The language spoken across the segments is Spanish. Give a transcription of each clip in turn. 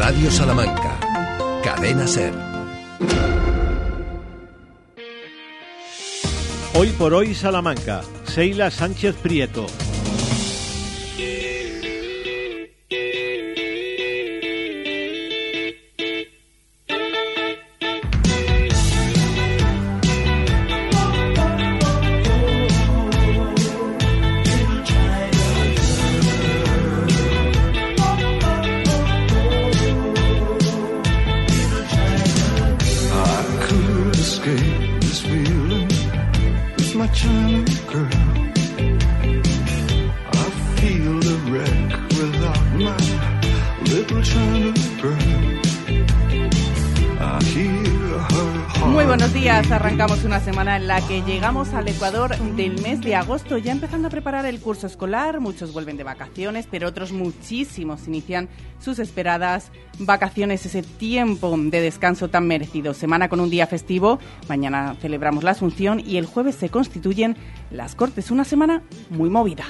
Radio Salamanca, Cadena SER. Hoy por hoy Salamanca, Seila Sánchez Prieto. Muy buenos días, arrancamos una semana en la que llegamos al Ecuador del mes de agosto, ya empezando a preparar el curso escolar. Muchos vuelven de vacaciones, pero otros muchísimos inician sus esperadas vacaciones, ese tiempo de descanso tan merecido. Semana con un día festivo, mañana celebramos la Asunción y el jueves se constituyen las Cortes, una semana muy movida.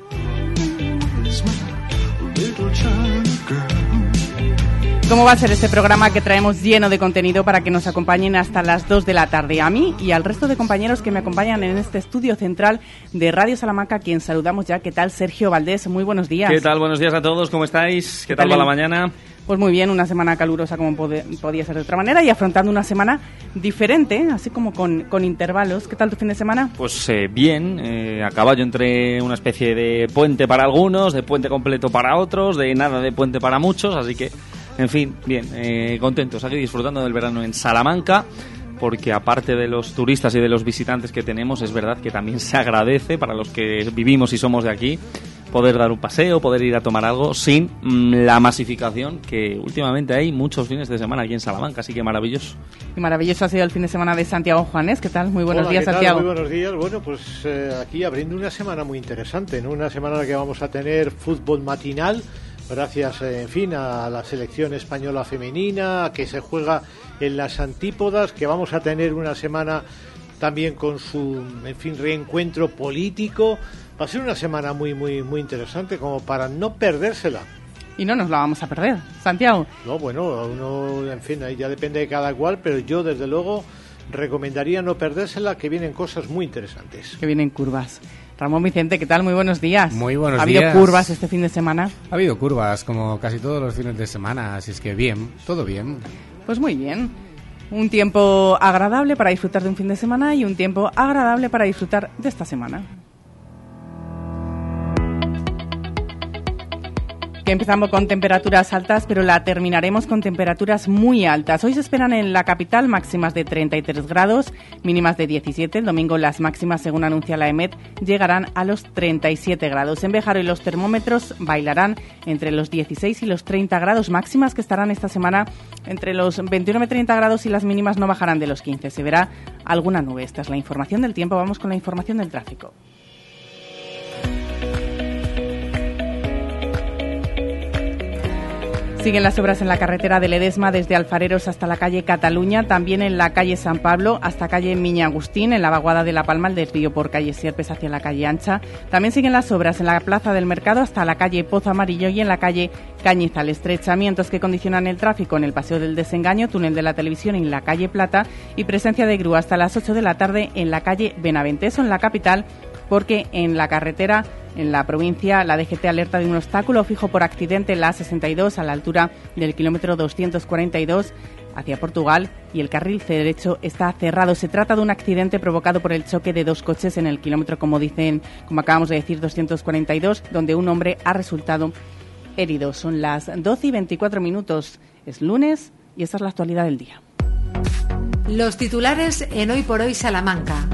¿Cómo va a ser este programa que traemos lleno de contenido para que nos acompañen hasta las 2 de la tarde? A mí y al resto de compañeros que me acompañan en este estudio central de Radio Salamanca, a quien saludamos ya. ¿Qué tal, Sergio Valdés? Muy buenos días. ¿Qué tal? Buenos días a todos. ¿Cómo estáis? ¿Qué tal va la mañana? Pues muy bien, una semana calurosa como podía ser de otra manera y afrontando una semana diferente, así como con intervalos. ¿Qué tal tu fin de semana? Pues bien, a caballo entre una especie de puente para algunos, de puente completo para otros, de nada de puente para muchos, así que, en fin, bien, contentos aquí disfrutando del verano en Salamanca, porque aparte de los turistas y de los visitantes que tenemos, es verdad que también se agradece para los que vivimos y somos de aquí poder dar un paseo, poder ir a tomar algo sin la masificación que últimamente hay muchos fines de semana aquí en Salamanca, así que maravilloso. Y maravilloso ha sido el fin de semana de Santiago Juanes. ¿Qué tal? Muy buenos días, Santiago. Muy buenos días. Bueno, pues aquí abriendo una semana muy interesante, ¿no? Una semana en la que vamos a tener fútbol matinal, gracias, en fin, a la selección española femenina, que se juega en las antípodas, que vamos a tener una semana también con su, en fin, reencuentro político. Va a ser una semana muy, muy, muy interesante, como para no perdérsela. Y no nos la vamos a perder, Santiago. No, bueno, uno, en fin, ahí ya depende de cada cual, pero yo, desde luego, recomendaría no perdérsela, que vienen cosas muy interesantes. Que vienen curvas. Ramón Vicente, ¿qué tal? Muy buenos días. Muy buenos días. ¿Ha habido curvas este fin de semana? Ha habido curvas, como casi todos los fines de semana, así es que bien, todo bien. Pues muy bien. Un tiempo agradable para disfrutar de un fin de semana y un tiempo agradable para disfrutar de esta semana. Que empezamos con temperaturas altas, pero la terminaremos con temperaturas muy altas. Hoy se esperan en la capital máximas de 33 grados, mínimas de 17. El domingo las máximas, según anuncia la EMET, llegarán a los 37 grados. En Béjar hoy los termómetros bailarán entre los 16 y los 30 grados, máximas que estarán esta semana entre los 29 y 30 grados y las mínimas no bajarán de los 15. Se verá alguna nube. Esta es la información del tiempo. Vamos con la información del tráfico. Siguen las obras en la carretera de Ledesma desde Alfareros hasta la calle Cataluña, también en la calle San Pablo hasta calle Miña Agustín, en la vaguada de La Palma, el desvío por calle Sierpes hacia la calle Ancha. También siguen las obras en la plaza del Mercado hasta la calle Pozo Amarillo y en la calle Cañizal. Estrechamientos que condicionan el tráfico en el Paseo del Desengaño, túnel de la Televisión y en la calle Plata, y presencia de grúa hasta las 8 de la tarde en la calle Benavente. Eso en la capital, porque en la carretera, en la provincia, la DGT alerta de un obstáculo fijo por accidente en la A62 a la altura del kilómetro 242 hacia Portugal y el carril derecho está cerrado. Se trata de un accidente provocado por el choque de dos coches en el kilómetro, como acabamos de decir, 242, donde un hombre ha resultado herido. Son las 12 y 24 minutos. Es lunes y esta es la actualidad del día. Los titulares en Hoy por Hoy Salamanca.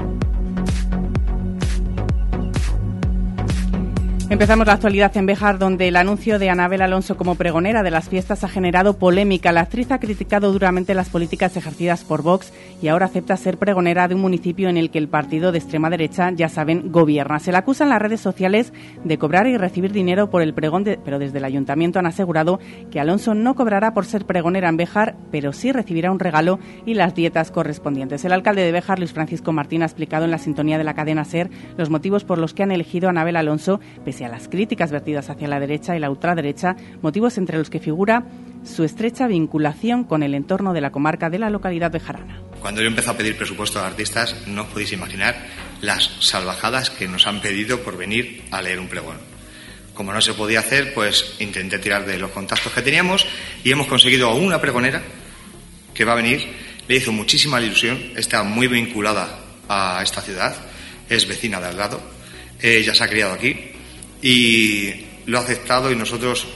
Empezamos la actualidad en Béjar, donde el anuncio de Anabel Alonso como pregonera de las fiestas ha generado polémica. La actriz ha criticado duramente las políticas ejercidas por Vox y ahora acepta ser pregonera de un municipio en el que el partido de extrema derecha, ya saben, gobierna. Se le acusa en las redes sociales de cobrar y recibir dinero por el pregón, pero desde el ayuntamiento han asegurado que Alonso no cobrará por ser pregonera en Béjar, pero sí recibirá un regalo y las dietas correspondientes. El alcalde de Béjar, Luis Francisco Martín, ha explicado en la sintonía de la cadena SER los motivos por los que han elegido a Anabel Alonso, pese a las críticas vertidas hacia la derecha y la ultraderecha, motivos entre los que figura su estrecha vinculación con el entorno de la comarca de la localidad bejarana. Cuando yo empecé a pedir presupuesto a artistas, no os podéis imaginar las salvajadas que nos han pedido por venir a leer un pregón. Como no se podía hacer, pues intenté tirar de los contactos que teníamos y hemos conseguido a una pregonera que va a venir. Le hizo muchísima ilusión, está muy vinculada a esta ciudad, es vecina de al lado, ella se ha criado aquí y lo ha aceptado y nosotros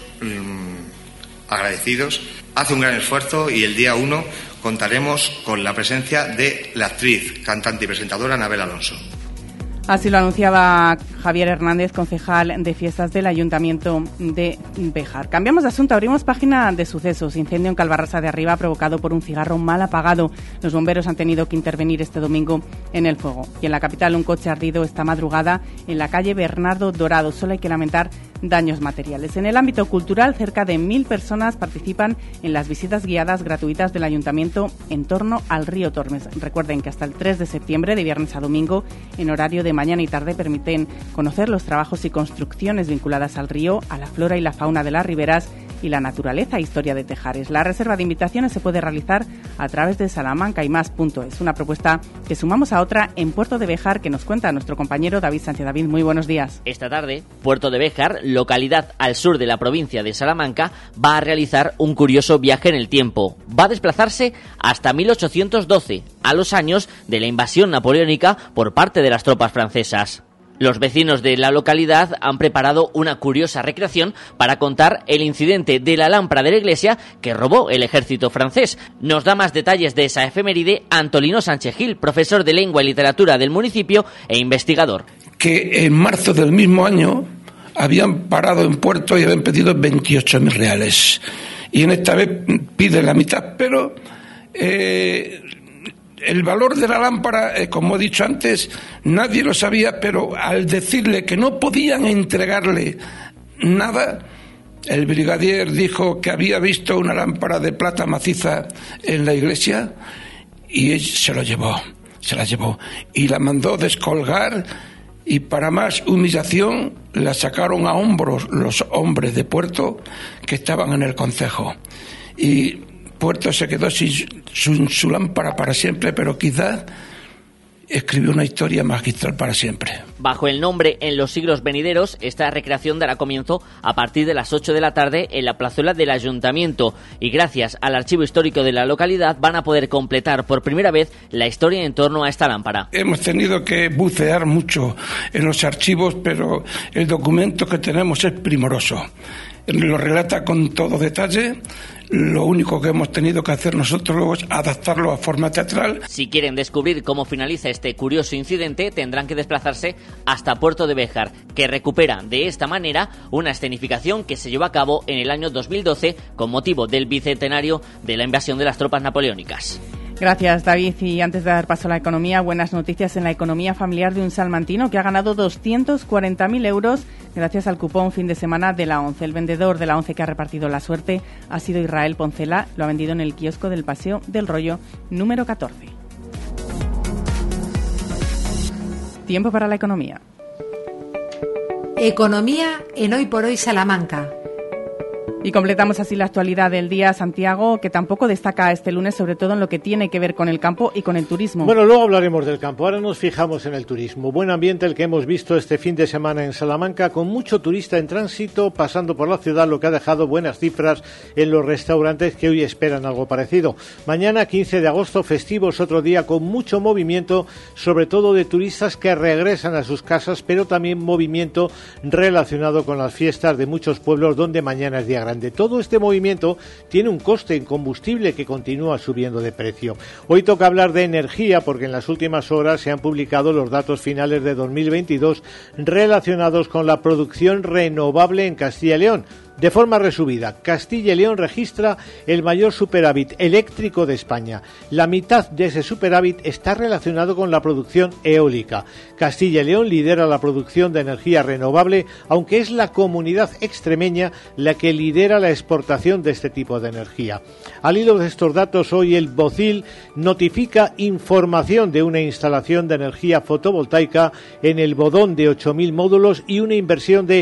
agradecidos. Hace un gran esfuerzo y el día 1 contaremos con la presencia de la actriz, cantante y presentadora Anabel Alonso. Así lo anunciaba Javier Hernández, concejal de fiestas del Ayuntamiento de Béjar. Cambiamos de asunto, abrimos página de sucesos. Incendio en Calvarrasa de Arriba provocado por un cigarro mal apagado. Los bomberos han tenido que intervenir este domingo en el fuego. Y en la capital, un coche ardido esta madrugada en la calle Bernardo Dorado. Solo hay que lamentar daños materiales. En el ámbito cultural, cerca de 1.000 personas participan en las visitas guiadas gratuitas del Ayuntamiento en torno al río Tormes. Recuerden que hasta el 3 de septiembre, de viernes a domingo, en horario de mañana y tarde, permiten conocer los trabajos y construcciones vinculadas al río, a la flora y la fauna de las riberas y la naturaleza e historia de Tejares. La reserva de invitaciones se puede realizar a través de salamancaymas.es, una propuesta que sumamos a otra en Puerto de Béjar que nos cuenta nuestro compañero David Sánchez. David, muy buenos días. Esta tarde, Puerto de Béjar, localidad al sur de la provincia de Salamanca, va a realizar un curioso viaje en el tiempo. Va a desplazarse hasta 1812, a los años de la invasión napoleónica por parte de las tropas francesas. Los vecinos de la localidad han preparado una curiosa recreación para contar el incidente de la lámpara de la iglesia que robó el ejército francés. Nos da más detalles de esa efeméride Antolino Sánchez Gil, profesor de Lengua y Literatura del municipio e investigador. Que en marzo del mismo año habían parado en Puerto y habían pedido 28.000 reales. Y en esta vez piden la mitad, pero el valor de la lámpara, como he dicho antes, nadie lo sabía, pero al decirle que no podían entregarle nada, el brigadier dijo que había visto una lámpara de plata maciza en la iglesia y él se la llevó y la mandó descolgar y para más humillación la sacaron a hombros los hombres de Puerto que estaban en el concejo. Y Puerto se quedó sin su lámpara para siempre, pero quizás escribió una historia magistral para siempre. Bajo el nombre En los siglos venideros, esta recreación dará comienzo a partir de las 8 de la tarde en la plazuela del Ayuntamiento y gracias al archivo histórico de la localidad van a poder completar por primera vez la historia en torno a esta lámpara. Hemos tenido que bucear mucho en los archivos, pero el documento que tenemos es primoroso. Lo relata con todo detalle. Lo único que hemos tenido que hacer nosotros luego es adaptarlo a forma teatral. Si quieren descubrir cómo finaliza este curioso incidente, tendrán que desplazarse hasta Puerto de Béjar, que recupera de esta manera una escenificación que se llevó a cabo en el año 2012 con motivo del bicentenario de la invasión de las tropas napoleónicas. Gracias, David. Y antes de dar paso a la economía, buenas noticias en la economía familiar de un salmantino que ha ganado 240.000 euros gracias al cupón fin de semana de la ONCE. El vendedor de la ONCE que ha repartido la suerte ha sido Israel Poncela. Lo ha vendido en el kiosco del Paseo del Rollo número 14. Tiempo para la economía. Economía en Hoy por Hoy Salamanca. Y completamos así la actualidad del día, Santiago, que tampoco destaca este lunes, sobre todo en lo que tiene que ver con el campo y con el turismo. Bueno, luego hablaremos del campo, ahora nos fijamos en el turismo. Buen ambiente el que hemos visto este fin de semana en Salamanca, con mucho turista en tránsito pasando por la ciudad, lo que ha dejado buenas cifras en los restaurantes que hoy esperan algo parecido. Mañana, 15 de agosto, festivo, es otro día con mucho movimiento, sobre todo de turistas que regresan a sus casas, pero también movimiento relacionado con las fiestas de muchos pueblos donde mañana es día grande. Todo este movimiento tiene un coste en combustible que continúa subiendo de precio. Hoy toca hablar de energía porque en las últimas horas se han publicado los datos finales de 2022 relacionados con la producción renovable en Castilla y León. De forma resumida, Castilla y León registra el mayor superávit eléctrico de España. La mitad de ese superávit está relacionado con la producción eólica. Castilla y León lidera la producción de energía renovable, aunque es la comunidad extremeña la que lidera la exportación de este tipo de energía. Al hilo de estos datos, hoy el BOCIL notifica información de una instalación de energía fotovoltaica en el Bodón de 8.000 módulos y una inversión de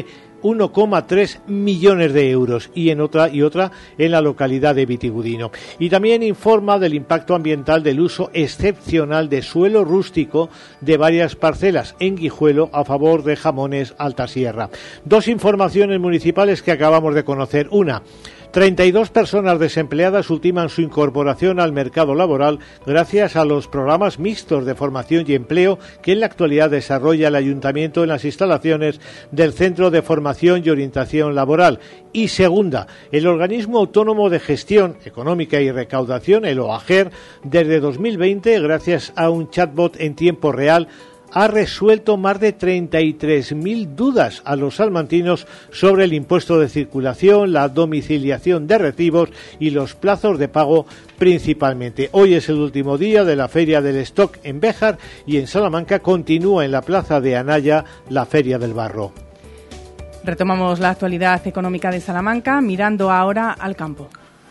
1,3 millones de euros y otra en la localidad de Vitigudino. Y también informa del impacto ambiental del uso excepcional de suelo rústico de varias parcelas en Guijuelo a favor de Jamones Alta Sierra. Dos informaciones municipales que acabamos de conocer. Una, 32 personas desempleadas ultiman su incorporación al mercado laboral gracias a los programas mixtos de formación y empleo que en la actualidad desarrolla el Ayuntamiento en las instalaciones del Centro de Formación y Orientación Laboral. Y segunda, el Organismo Autónomo de Gestión Económica y Recaudación, el OAGER, desde 2020, gracias a un chatbot en tiempo real, ha resuelto más de 33.000 dudas a los salmantinos sobre el impuesto de circulación, la domiciliación de recibos y los plazos de pago principalmente. Hoy es el último día de la Feria del Stock en Béjar y en Salamanca continúa en la Plaza de Anaya la Feria del Barro. Retomamos la actualidad económica de Salamanca mirando ahora al campo.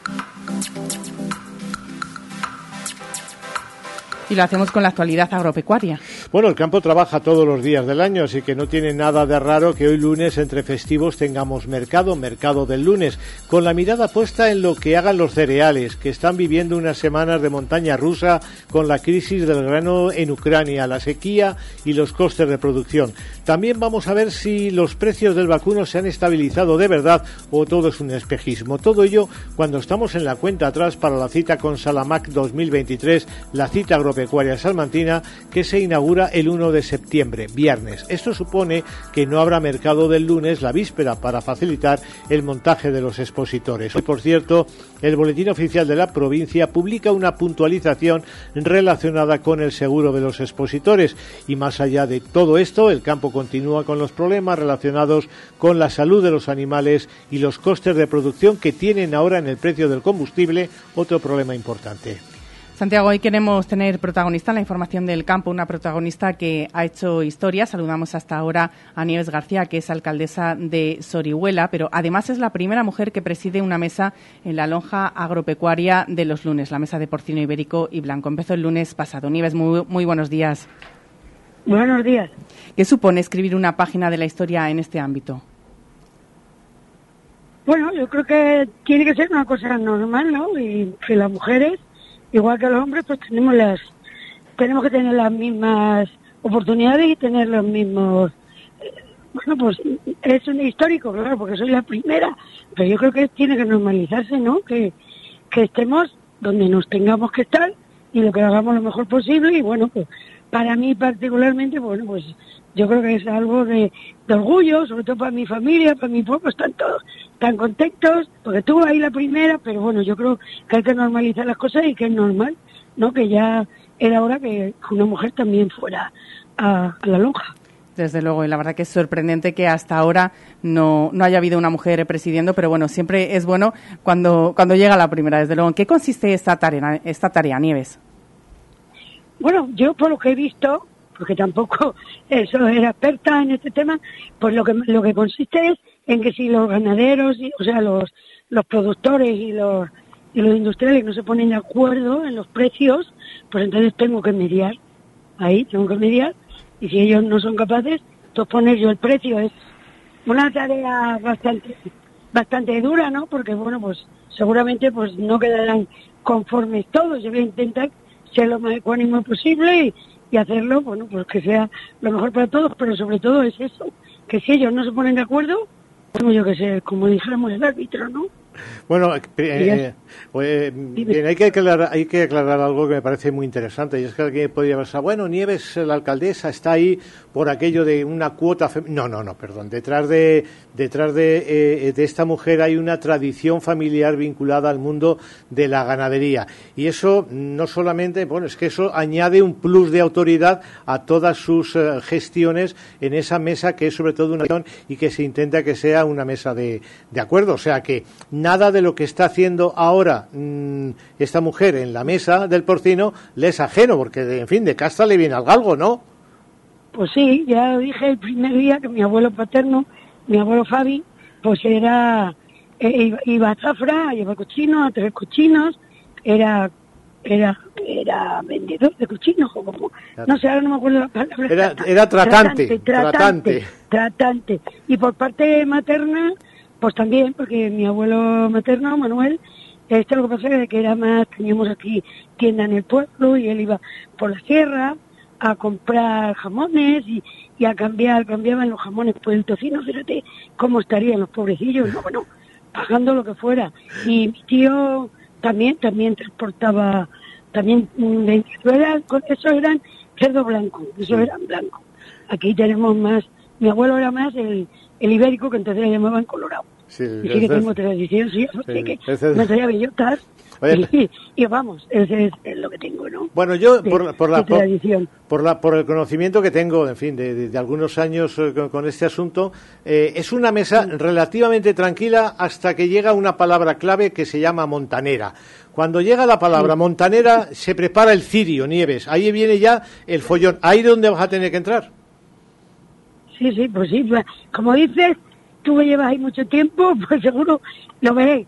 Y lo hacemos con la actualidad agropecuaria. Bueno, el campo trabaja todos los días del año, así que no tiene nada de raro que hoy lunes, entre festivos, tengamos mercado del lunes, con la mirada puesta en lo que hagan los cereales, que están viviendo unas semanas de montaña rusa con la crisis del grano en Ucrania, la sequía y los costes de producción. También vamos a ver si los precios del vacuno se han estabilizado de verdad o todo es un espejismo. Todo ello cuando estamos en la cuenta atrás para la cita con Salamac 2023, la cita agropecuaria salmantina que se inaugura el 1 de septiembre, viernes. Esto supone que no habrá mercado del lunes, la víspera, para facilitar el montaje de los expositores. Hoy, por cierto, el Boletín Oficial de la provincia publica una puntualización relacionada con el seguro de los expositores. Y más allá de todo esto, el campo continúa con los problemas relacionados con la salud de los animales y los costes de producción que tienen ahora en el precio del combustible, otro problema importante. Santiago, hoy queremos tener protagonista en la información del campo, una protagonista que ha hecho historia. Saludamos hasta ahora a Nieves García, que es alcaldesa de Sorihuela, pero además es la primera mujer que preside una mesa en la lonja agropecuaria de los lunes, la mesa de porcino ibérico y blanco. Empezó el lunes pasado. Nieves, muy buenos días. Buenos días. ¿Qué supone escribir una página de la historia en este ámbito? Bueno, yo creo que tiene que ser una cosa normal, ¿no? Y que las mujeres, igual que los hombres, pues tenemos que tener las mismas oportunidades y tener los mismos. Bueno, pues es un histórico, claro, porque soy la primera, pero yo creo que tiene que normalizarse, ¿no? Que estemos donde nos tengamos que estar y lo que hagamos lo mejor posible. Y bueno, pues para mí particularmente, bueno, pues yo creo que es algo de orgullo, sobre todo para mi familia, para mi pueblo, están todos tan contentos, porque estuvo ahí la primera, pero bueno, yo creo que hay que normalizar las cosas y que es normal, ¿no? Que ya era hora que una mujer también fuera a la lonja. Desde luego, y la verdad que es sorprendente que hasta ahora no haya habido una mujer presidiendo, pero bueno, siempre es bueno cuando llega la primera, desde luego. ¿En qué consiste esta tarea, Nieves? Bueno, yo por lo que he visto, porque tampoco era experta en este tema, pues lo que consiste es en que si los ganaderos, o sea, los productores y los industriales no se ponen de acuerdo en los precios, pues entonces tengo que mediar, y si ellos no son capaces, entonces poner yo el precio. Es una tarea bastante dura, ¿no? Porque bueno, pues seguramente pues no quedarán conformes todos. Yo voy a intentar ser lo más ecuánime posible y hacerlo, bueno, pues que sea lo mejor para todos, pero sobre todo es eso, que si ellos no se ponen de acuerdo, como yo que sé, como dijéramos el árbitro, ¿no? Bueno, bien, hay que aclarar algo que me parece muy interesante, y es que alguien podría pensar, bueno, Nieves, la alcaldesa, está ahí por aquello de una cuota No, perdón. Detrás de esta mujer hay una tradición familiar vinculada al mundo de la ganadería, y eso no solamente, bueno, es que eso añade un plus de autoridad a todas sus gestiones en esa mesa, que es sobre todo una y que se intenta que sea una mesa de acuerdo, o sea que nada de lo que está haciendo ahora esta mujer en la mesa del porcino le es ajeno, porque, en fin, de casta le viene al galgo, ¿no? Pues sí, ya dije el primer día que mi abuelo paterno, mi abuelo Fabi, pues iba a Zafra a llevar cochinos, a traer cochinos, era era vendedor de cochinos, o como, no sé, ahora no me acuerdo la palabra. Era tratante. Y por parte materna, pues también, porque mi abuelo materno, Manuel, lo que pasa es que era más, teníamos aquí tienda en el pueblo y él iba por la sierra a comprar jamones y a cambiaban los jamones por el tocino, fíjate cómo estarían los pobrecillos, no, bueno, pagando lo que fuera. Y mi tío también transportaba, también, esos eran cerdo blanco, esos eran blancos. Aquí tenemos más, mi abuelo era más el ibérico, que entonces le llamaban colorado. Sí, y sí que tengo tradición, sí, que me traía bellotas. Y vamos, ese es lo que tengo, ¿no? Bueno, yo por el conocimiento que tengo, en fin, de algunos años con este asunto, es una mesa relativamente tranquila hasta que llega una palabra clave que se llama montanera. Cuando llega la palabra montanera, se prepara el cirio, Nieves. Ahí viene ya el follón. Ahí es donde vas a tener que entrar. Sí, pues sí. Como dices, tú me llevas ahí mucho tiempo, pues seguro lo veré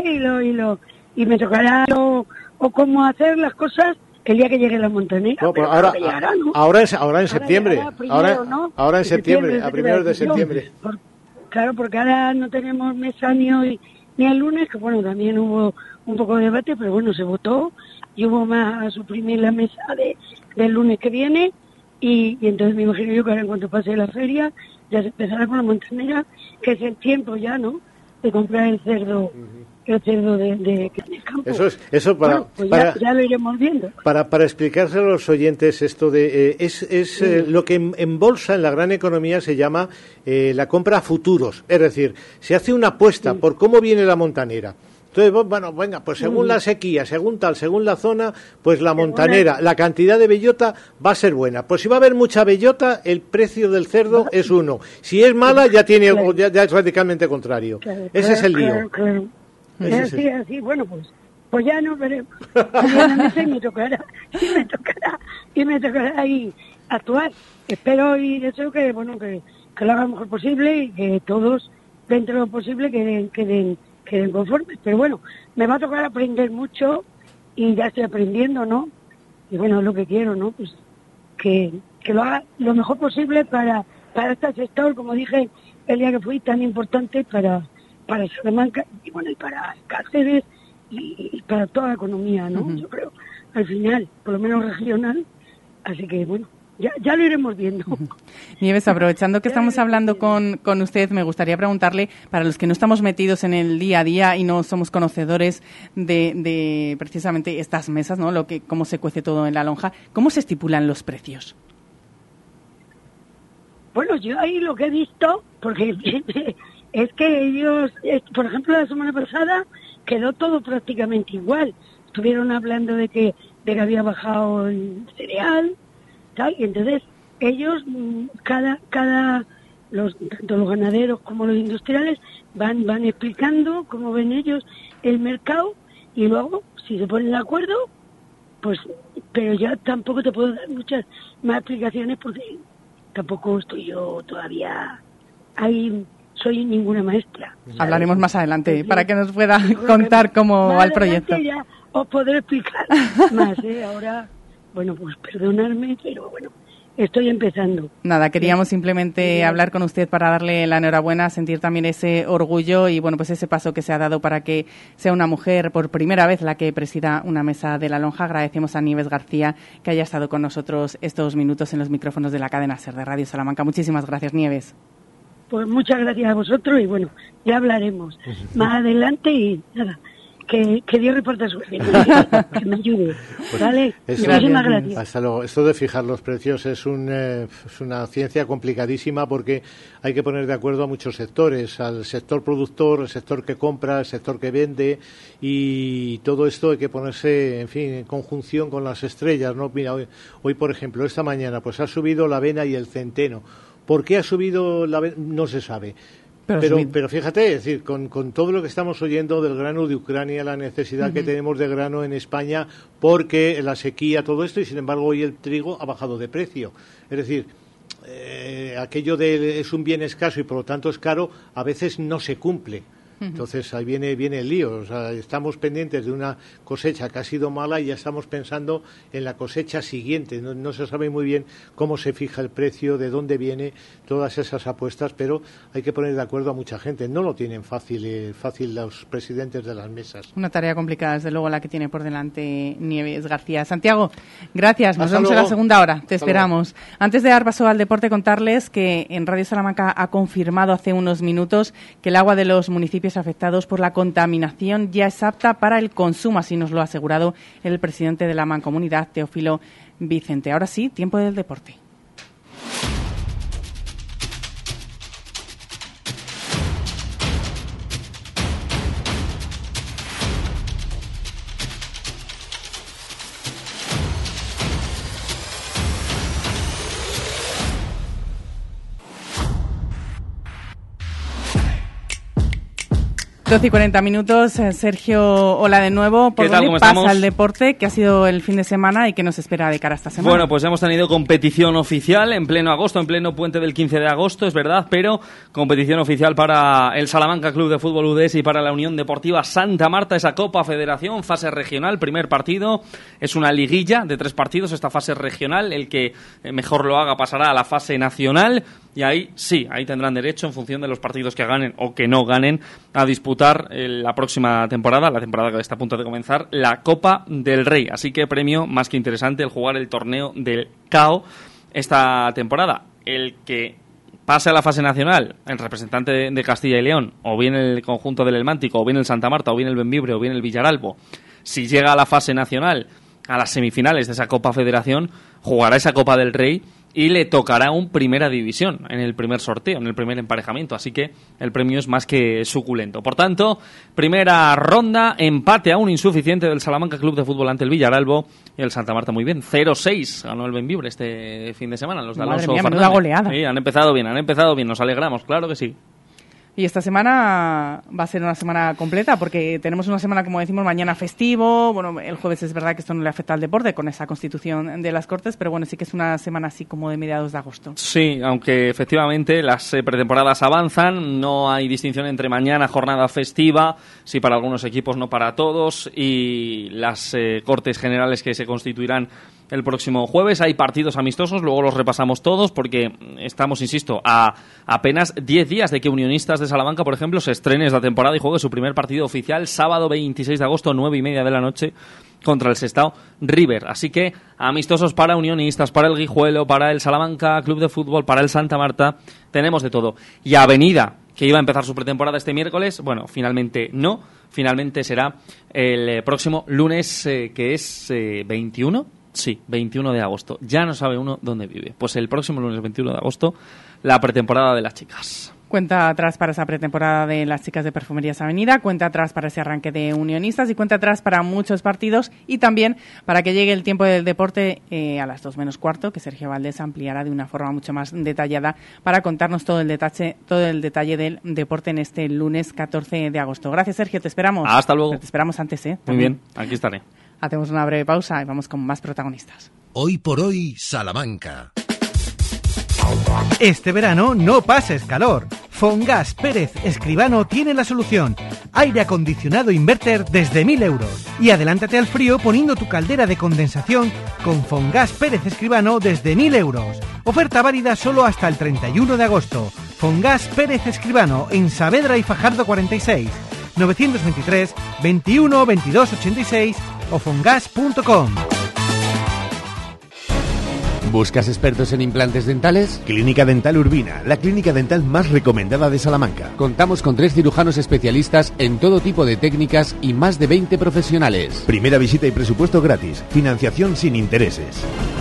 y me tocará o cómo hacer las cosas el día que llegue la montanera. No, pues ahora en septiembre. Ahora en septiembre, a primeros de septiembre. Claro, porque ahora no tenemos mesa ni el lunes, que bueno, también hubo un poco de debate, pero bueno, se votó y hubo más a suprimir la mesa del lunes que viene y entonces me imagino yo que ahora en cuanto pase la feria ya se empezará con la montanera, que es el tiempo ya, ¿no?, de comprar el cerdo. El cerdo de campo. Eso para, bueno, pues ya lo iremos viendo. Para explicarse a los oyentes esto de lo que en bolsa, en la gran economía, se llama la compra a futuros. Es decir, se hace una apuesta por cómo viene la montanera. Entonces, bueno, venga, pues según la sequía, según la zona, pues la montanera, la cantidad de bellota va a ser buena. Pues si va a haber mucha bellota, el precio del cerdo es uno. Si es mala, ya es radicalmente contrario. Ese es el lío. Claro. Así, bueno, pues ya nos veremos. Y me tocará ahí actuar. Espero y deseo que lo haga lo mejor posible y que todos, dentro de lo posible, queden conformes. Pero bueno, me va a tocar aprender mucho y ya estoy aprendiendo, ¿no? Y bueno, es lo que quiero, ¿no? Pues que lo haga lo mejor posible para este sector, como dije el día que fui, tan importante para Salamanca y bueno, y para Cáceres y para toda la economía, ¿no? Yo creo, al final, por lo menos regional. Así que bueno, ya lo iremos viendo. Nieves, aprovechando que estamos hablando con usted, me gustaría preguntarle, para los que no estamos metidos en el día a día y no somos conocedores de precisamente estas mesas, ¿no?, cómo se cuece todo en la lonja, ¿cómo se estipulan los precios? Bueno, yo ahí lo que he visto, porque es que ellos, por ejemplo, la semana pasada quedó todo prácticamente igual. Estuvieron hablando de que había bajado el cereal, tal, y entonces ellos, tanto los ganaderos como los industriales, van explicando cómo ven ellos el mercado y luego, si se ponen de acuerdo, pues, pero ya tampoco te puedo dar muchas más explicaciones porque tampoco estoy yo todavía ahí. Soy ninguna maestra. Hablaremos más adelante para que nos pueda contar cómo va el proyecto. Ya os podré explicar más, Ahora, bueno, pues perdonadme, pero bueno, estoy empezando. Nada, queríamos simplemente hablar con usted para darle la enhorabuena, sentir también ese orgullo y bueno, pues ese paso que se ha dado para que sea una mujer por primera vez la que presida una mesa de la lonja. Agradecemos a Nieves García que haya estado con nosotros estos minutos en los micrófonos de la cadena SER de Radio Salamanca. Muchísimas gracias, Nieves. Pues muchas gracias a vosotros y bueno, ya hablaremos más adelante y nada, que Dios reparta suerte, que me ayude, ¿vale? Muchísimas gracias. Hasta luego. Esto de fijar los precios es una ciencia complicadísima porque hay que poner de acuerdo a muchos sectores, al sector productor, el sector que compra, el sector que vende y todo esto hay que ponerse, en fin, en conjunción con las estrellas, ¿no? Mira, hoy por ejemplo, esta mañana, pues ha subido la avena y el centeno. ¿Por qué ha subido la avena? No se sabe. Pero fíjate, es decir, con todo lo que estamos oyendo del grano de Ucrania, la necesidad que tenemos de grano en España, porque la sequía, todo esto, y sin embargo hoy el trigo ha bajado de precio. Es decir, aquello de es un bien escaso y por lo tanto es caro, a veces no se cumple. Entonces ahí viene el lío. O sea, estamos pendientes de una cosecha que ha sido mala y ya estamos pensando en la cosecha siguiente. No se sabe muy bien cómo se fija el precio, de dónde viene todas esas apuestas, pero hay que poner de acuerdo a mucha gente. No lo tienen fácil los presidentes de las mesas. Una tarea complicada, desde luego, la que tiene por delante Nieves García. Santiago, gracias. Nos vemos en la segunda hora. Te esperamos. Antes de dar paso al deporte, contarles que en Radio Salamanca ha confirmado hace unos minutos que el agua de los municipios afectados por la contaminación ya es apta para el consumo, así nos lo ha asegurado el presidente de la Mancomunidad, Teófilo Vicente. Ahora sí, tiempo del deporte. Y 40 minutos. Sergio, hola de nuevo. ¿Por dónde pasa el deporte que ha sido el fin de semana y que nos espera de cara a esta semana? Bueno, pues hemos tenido competición oficial en pleno agosto, en pleno puente del 15 de agosto, es verdad, pero competición oficial para el Salamanca Club de Fútbol UDES y para la Unión Deportiva Santa Marta, esa Copa Federación, fase regional, primer partido. Es una liguilla de 3 partidos, esta fase regional. El que mejor lo haga pasará a la fase nacional y ahí sí, ahí tendrán derecho, en función de los partidos que ganen o que no ganen, a disputar la próxima temporada, la temporada que está a punto de comenzar, la Copa del Rey. Así que premio más que interesante el jugar el torneo del CAO esta temporada. El que pase a la fase nacional, el representante de Castilla y León, o bien el conjunto del Elmántico, o bien el Santa Marta, o bien el Bembibre, o bien el Villaralbo, si llega a la fase nacional, a las semifinales de esa Copa Federación, jugará esa Copa del Rey y le tocará un Primera División en el primer sorteo, en el primer emparejamiento. Así que el premio es más que suculento. Por tanto, primera ronda, empate aún insuficiente del Salamanca Club de Fútbol ante el Villaralbo y el Santa Marta muy bien. 0-6 ganó el Bembibre este fin de semana. Los de Alonso Fernández. Menuda goleada. Sí, han empezado bien. Nos alegramos, claro que sí. Y esta semana va a ser una semana completa porque tenemos una semana, como decimos, mañana festivo. Bueno, el jueves es verdad que esto no le afecta al deporte con esa constitución de las Cortes, pero bueno, sí que es una semana así como de mediados de agosto. Sí, aunque efectivamente las pretemporadas avanzan, no hay distinción entre mañana, jornada festiva, sí para algunos equipos, no para todos, y las Cortes Generales que se constituirán el próximo jueves. Hay partidos amistosos, luego los repasamos todos porque estamos, insisto, a apenas 10 días de que Unionistas de Salamanca, por ejemplo, se estrene esta temporada y juegue su primer partido oficial sábado 26 de agosto, 9:30 de la noche, contra el Sestao River. Así que amistosos para Unionistas, para el Guijuelo, para el Salamanca Club de Fútbol, para el Santa Marta, tenemos de todo. Y Avenida, que iba a empezar su pretemporada este miércoles, bueno, finalmente no, finalmente será el próximo lunes, que es 21. Sí, 21 de agosto. Ya no sabe uno dónde vive. Pues el próximo lunes 21 de agosto, la pretemporada de las chicas. Cuenta atrás para esa pretemporada de las chicas de Perfumerías Avenida, cuenta atrás para ese arranque de Unionistas y cuenta atrás para muchos partidos y también para que llegue el tiempo del deporte a las 2:15, que Sergio Valdés ampliará de una forma mucho más detallada para contarnos todo el detalle del deporte en este lunes 14 de agosto. Gracias, Sergio, te esperamos. Hasta luego. Pero te esperamos antes, Muy bien, aquí estaré. Hacemos una breve pausa y vamos con más protagonistas. Hoy por hoy, Salamanca. Este verano no pases calor. Fongas Pérez Escribano tiene la solución. Aire acondicionado inverter desde 1.000 euros. Y adelántate al frío poniendo tu caldera de condensación con Fongas Pérez Escribano desde 1.000 euros. Oferta válida solo hasta el 31 de agosto. Fongas Pérez Escribano en Saavedra y Fajardo 46. 923 21 22 86 o fongas.com. ¿Buscas expertos en implantes dentales? Clínica Dental Urbina, la clínica dental más recomendada de Salamanca. Contamos con 3 cirujanos especialistas en todo tipo de técnicas y más de 20 profesionales. Primera visita y presupuesto gratis. Financiación sin intereses.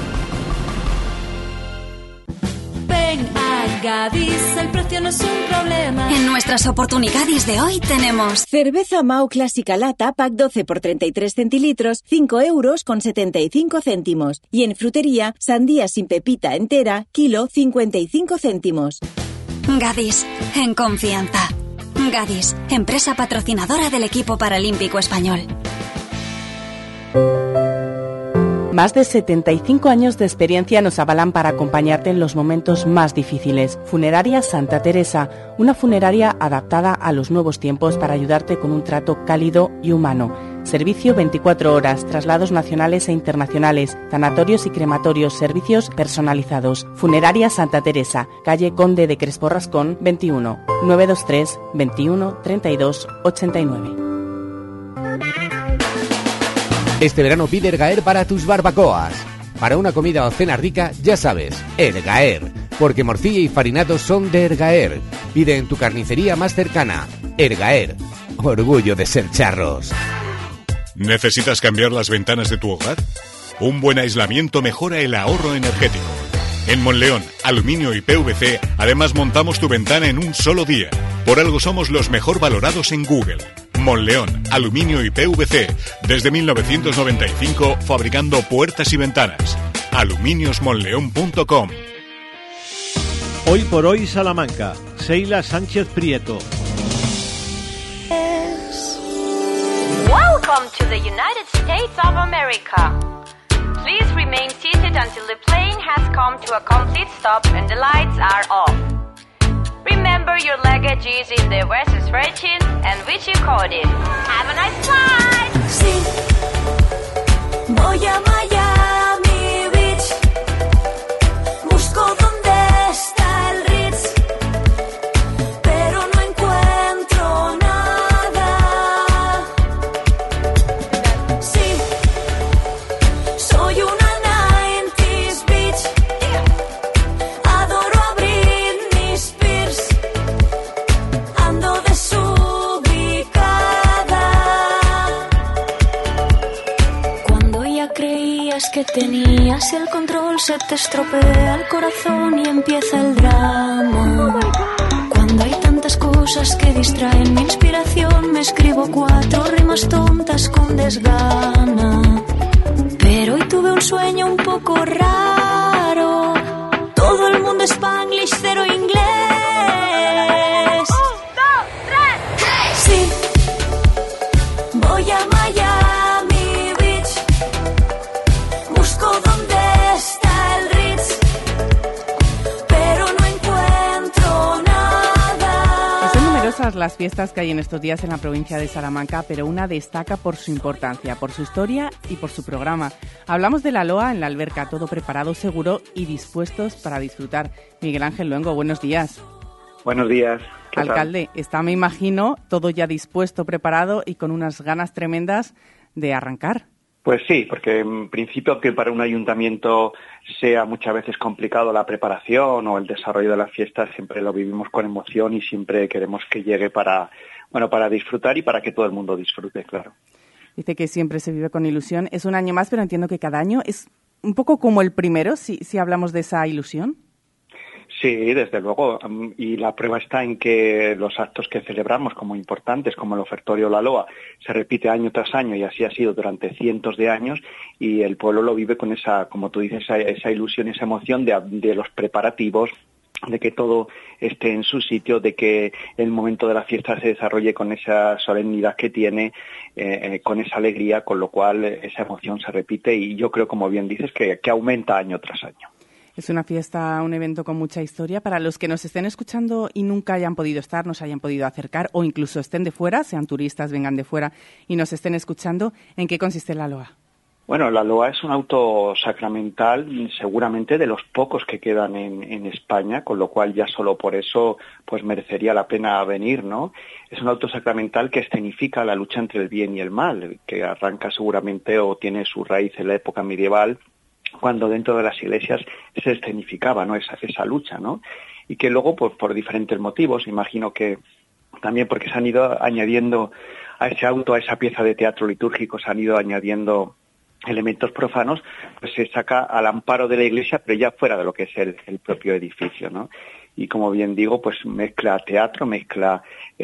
Gadis, el precio no es un problema. En nuestras oportunidades de hoy tenemos cerveza Mau Clásica Lata, pack 12 por 33 centilitros, 5 euros con 75 céntimos. Y en frutería, sandía sin pepita entera, kilo 55 céntimos. Gadis, en confianza. Gadis, empresa patrocinadora del equipo paralímpico español. Más de 75 años de experiencia nos avalan para acompañarte en los momentos más difíciles. Funeraria Santa Teresa, una funeraria adaptada a los nuevos tiempos para ayudarte con un trato cálido y humano. Servicio 24 horas, traslados nacionales e internacionales, tanatorios y crematorios, servicios personalizados. Funeraria Santa Teresa, calle Conde de Crespo Rascón, 21, 923 21 32 89. Este verano pide Ergaer para tus barbacoas. Para una comida o cena rica, ya sabes, Ergaer. Porque morcilla y farinados son de Ergaer. Pide en tu carnicería más cercana. Ergaer. Orgullo de ser charros. ¿Necesitas cambiar las ventanas de tu hogar? Un buen aislamiento mejora el ahorro energético. En Monleón, Aluminio y PVC, además montamos tu ventana en un solo día. Por algo somos los mejor valorados en Google. Monleón, Aluminio y PVC, desde 1995 fabricando puertas y ventanas. aluminiosmonleón.com. Hoy por hoy Salamanca, Seila Sánchez Prieto. Welcome to the United States of America. Please remain seated until the plane has come to a complete stop and the lights are off. Remember your luggage is in the registration and which you coded. Have a nice flight! Sí, voy a Miami Beach. Busco dónde está el Ritz, pero no encuentro nada. Sí, soy una 90s bitch. Adoro a Britney Spears. Ando desubicada. Cuando ya creías que tenías el control, se te estropea el corazón y empieza el drama. Cuando hay tantas cosas que distraen mi inspiración, me escribo 4 rimas tontas con desgana. Pero hoy tuve un sueño un poco raro. Todo el mundo Spanglish, cero inglés. 1, 2, 3. Sí, voy a Miami Beach. Busco dónde está el Ritz, pero no encuentro nada. Son numerosas las fiestas que hay en estos días en la provincia de Salamanca, pero una destaca por su importancia, por su historia y por su programa. Hablamos de la Loa en la Alberca, todo preparado, seguro y dispuestos para disfrutar. Miguel Ángel Luengo, buenos días. Buenos días. ¿Qué tal? Alcalde, está, me imagino, todo ya dispuesto, preparado y con unas ganas tremendas de arrancar. Pues sí, porque en principio que para un ayuntamiento sea muchas veces complicado la preparación o el desarrollo de las fiestas, siempre lo vivimos con emoción y siempre queremos que llegue para disfrutar y para que todo el mundo disfrute, claro. Dice que siempre se vive con ilusión. Es un año más, pero entiendo que cada año es un poco como el primero, si hablamos de esa ilusión. Sí, desde luego, y la prueba está en que los actos que celebramos como importantes, como el ofertorio La Loa, se repite año tras año y así ha sido durante cientos de años y el pueblo lo vive con esa, como tú dices, esa ilusión, esa emoción de los preparativos, de que todo esté en su sitio, de que el momento de la fiesta se desarrolle con esa solemnidad que tiene, con esa alegría, con lo cual esa emoción se repite y yo creo, como bien dices, que aumenta año tras año. Es una fiesta, un evento con mucha historia. Para los que nos estén escuchando y nunca hayan podido estar, nos hayan podido acercar o incluso estén de fuera, sean turistas, vengan de fuera y nos estén escuchando, ¿en qué consiste la Loa? Bueno, la Loa es un auto sacramental, seguramente de los pocos que quedan en España, con lo cual ya solo por eso pues merecería la pena venir, ¿no? Es un auto sacramental que escenifica la lucha entre el bien y el mal, que arranca seguramente o tiene su raíz en la época medieval, cuando dentro de las iglesias se escenificaba, ¿no? esa lucha, ¿no? Y que luego, pues, por diferentes motivos, imagino que también porque se han ido añadiendo a ese auto, a esa pieza de teatro litúrgico, se han ido añadiendo elementos profanos, pues se saca al amparo de la iglesia, pero ya fuera de lo que es el propio edificio, ¿no? Y como bien digo, pues mezcla teatro, mezcla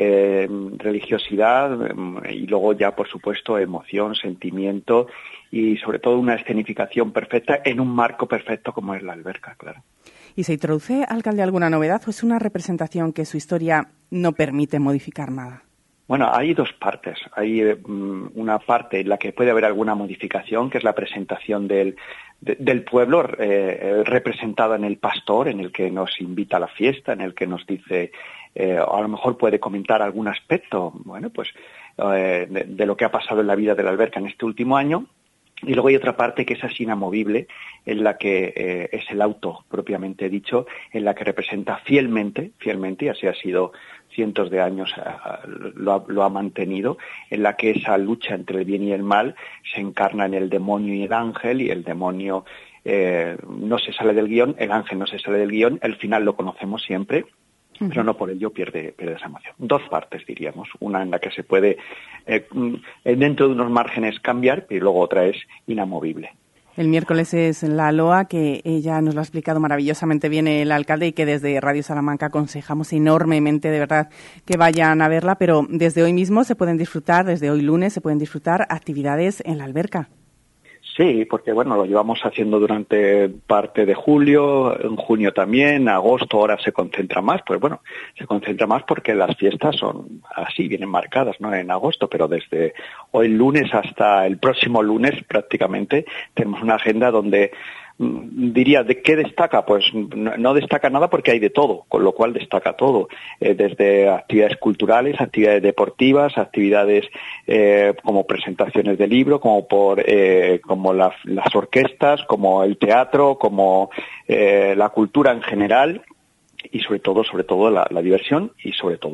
religiosidad y luego ya, por supuesto, emoción, sentimiento y sobre todo una escenificación perfecta en un marco perfecto como es la alberca, claro. ¿Y se introduce, alcalde, alguna novedad o es una representación que su historia no permite modificar nada? Bueno, hay dos partes. Hay una parte en la que puede haber alguna modificación, que es la presentación del pueblo representado en el pastor, en el que nos invita a la fiesta, en el que nos dice, a lo mejor puede comentar algún aspecto, bueno, pues de lo que ha pasado en la vida de la alberca en este último año. Y luego hay otra parte que es así inamovible, en la que es el auto propiamente dicho, en la que representa fielmente, y así ha sido cientos de años, lo ha mantenido, en la que esa lucha entre el bien y el mal se encarna en el demonio y el ángel, y el demonio no se sale del guión, el ángel no se sale del guión, el final lo conocemos siempre, pero no por ello pierde esa emoción. Dos partes, diríamos. Una en la que se puede, dentro de unos márgenes, cambiar, y luego otra es inamovible. El miércoles es la Loa, que ella nos lo ha explicado maravillosamente bien el alcalde y que desde Radio Salamanca aconsejamos enormemente, de verdad, que vayan a verla, pero desde hoy mismo se pueden disfrutar, desde hoy lunes se pueden disfrutar actividades en la alberca. Sí, porque bueno, lo llevamos haciendo durante parte de julio, en junio también, agosto ahora se concentra más, pues bueno, se concentra más porque las fiestas son así, vienen marcadas, ¿no? En agosto, pero desde hoy lunes hasta el próximo lunes prácticamente tenemos una agenda donde diría, ¿de qué destaca? Pues no destaca nada porque hay de todo, con lo cual destaca todo, desde actividades culturales, actividades deportivas, actividades como presentaciones de libro, como las orquestas, como el teatro, como la cultura en general, y sobre todo la diversión, y sobre todo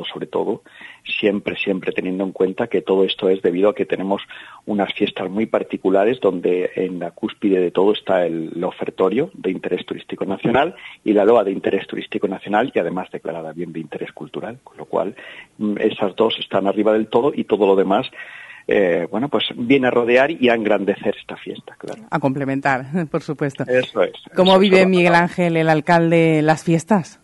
siempre teniendo en cuenta que todo esto es debido a que tenemos unas fiestas muy particulares donde en la cúspide de todo está el ofertorio de interés turístico nacional y la Loa de interés turístico nacional, y además declarada bien de interés cultural, con lo cual esas dos están arriba del todo, y todo lo demás pues viene a rodear y a engrandecer esta fiesta, claro. A complementar, por supuesto. Eso es. ¿Cómo vive Miguel Ángel, el alcalde, las fiestas?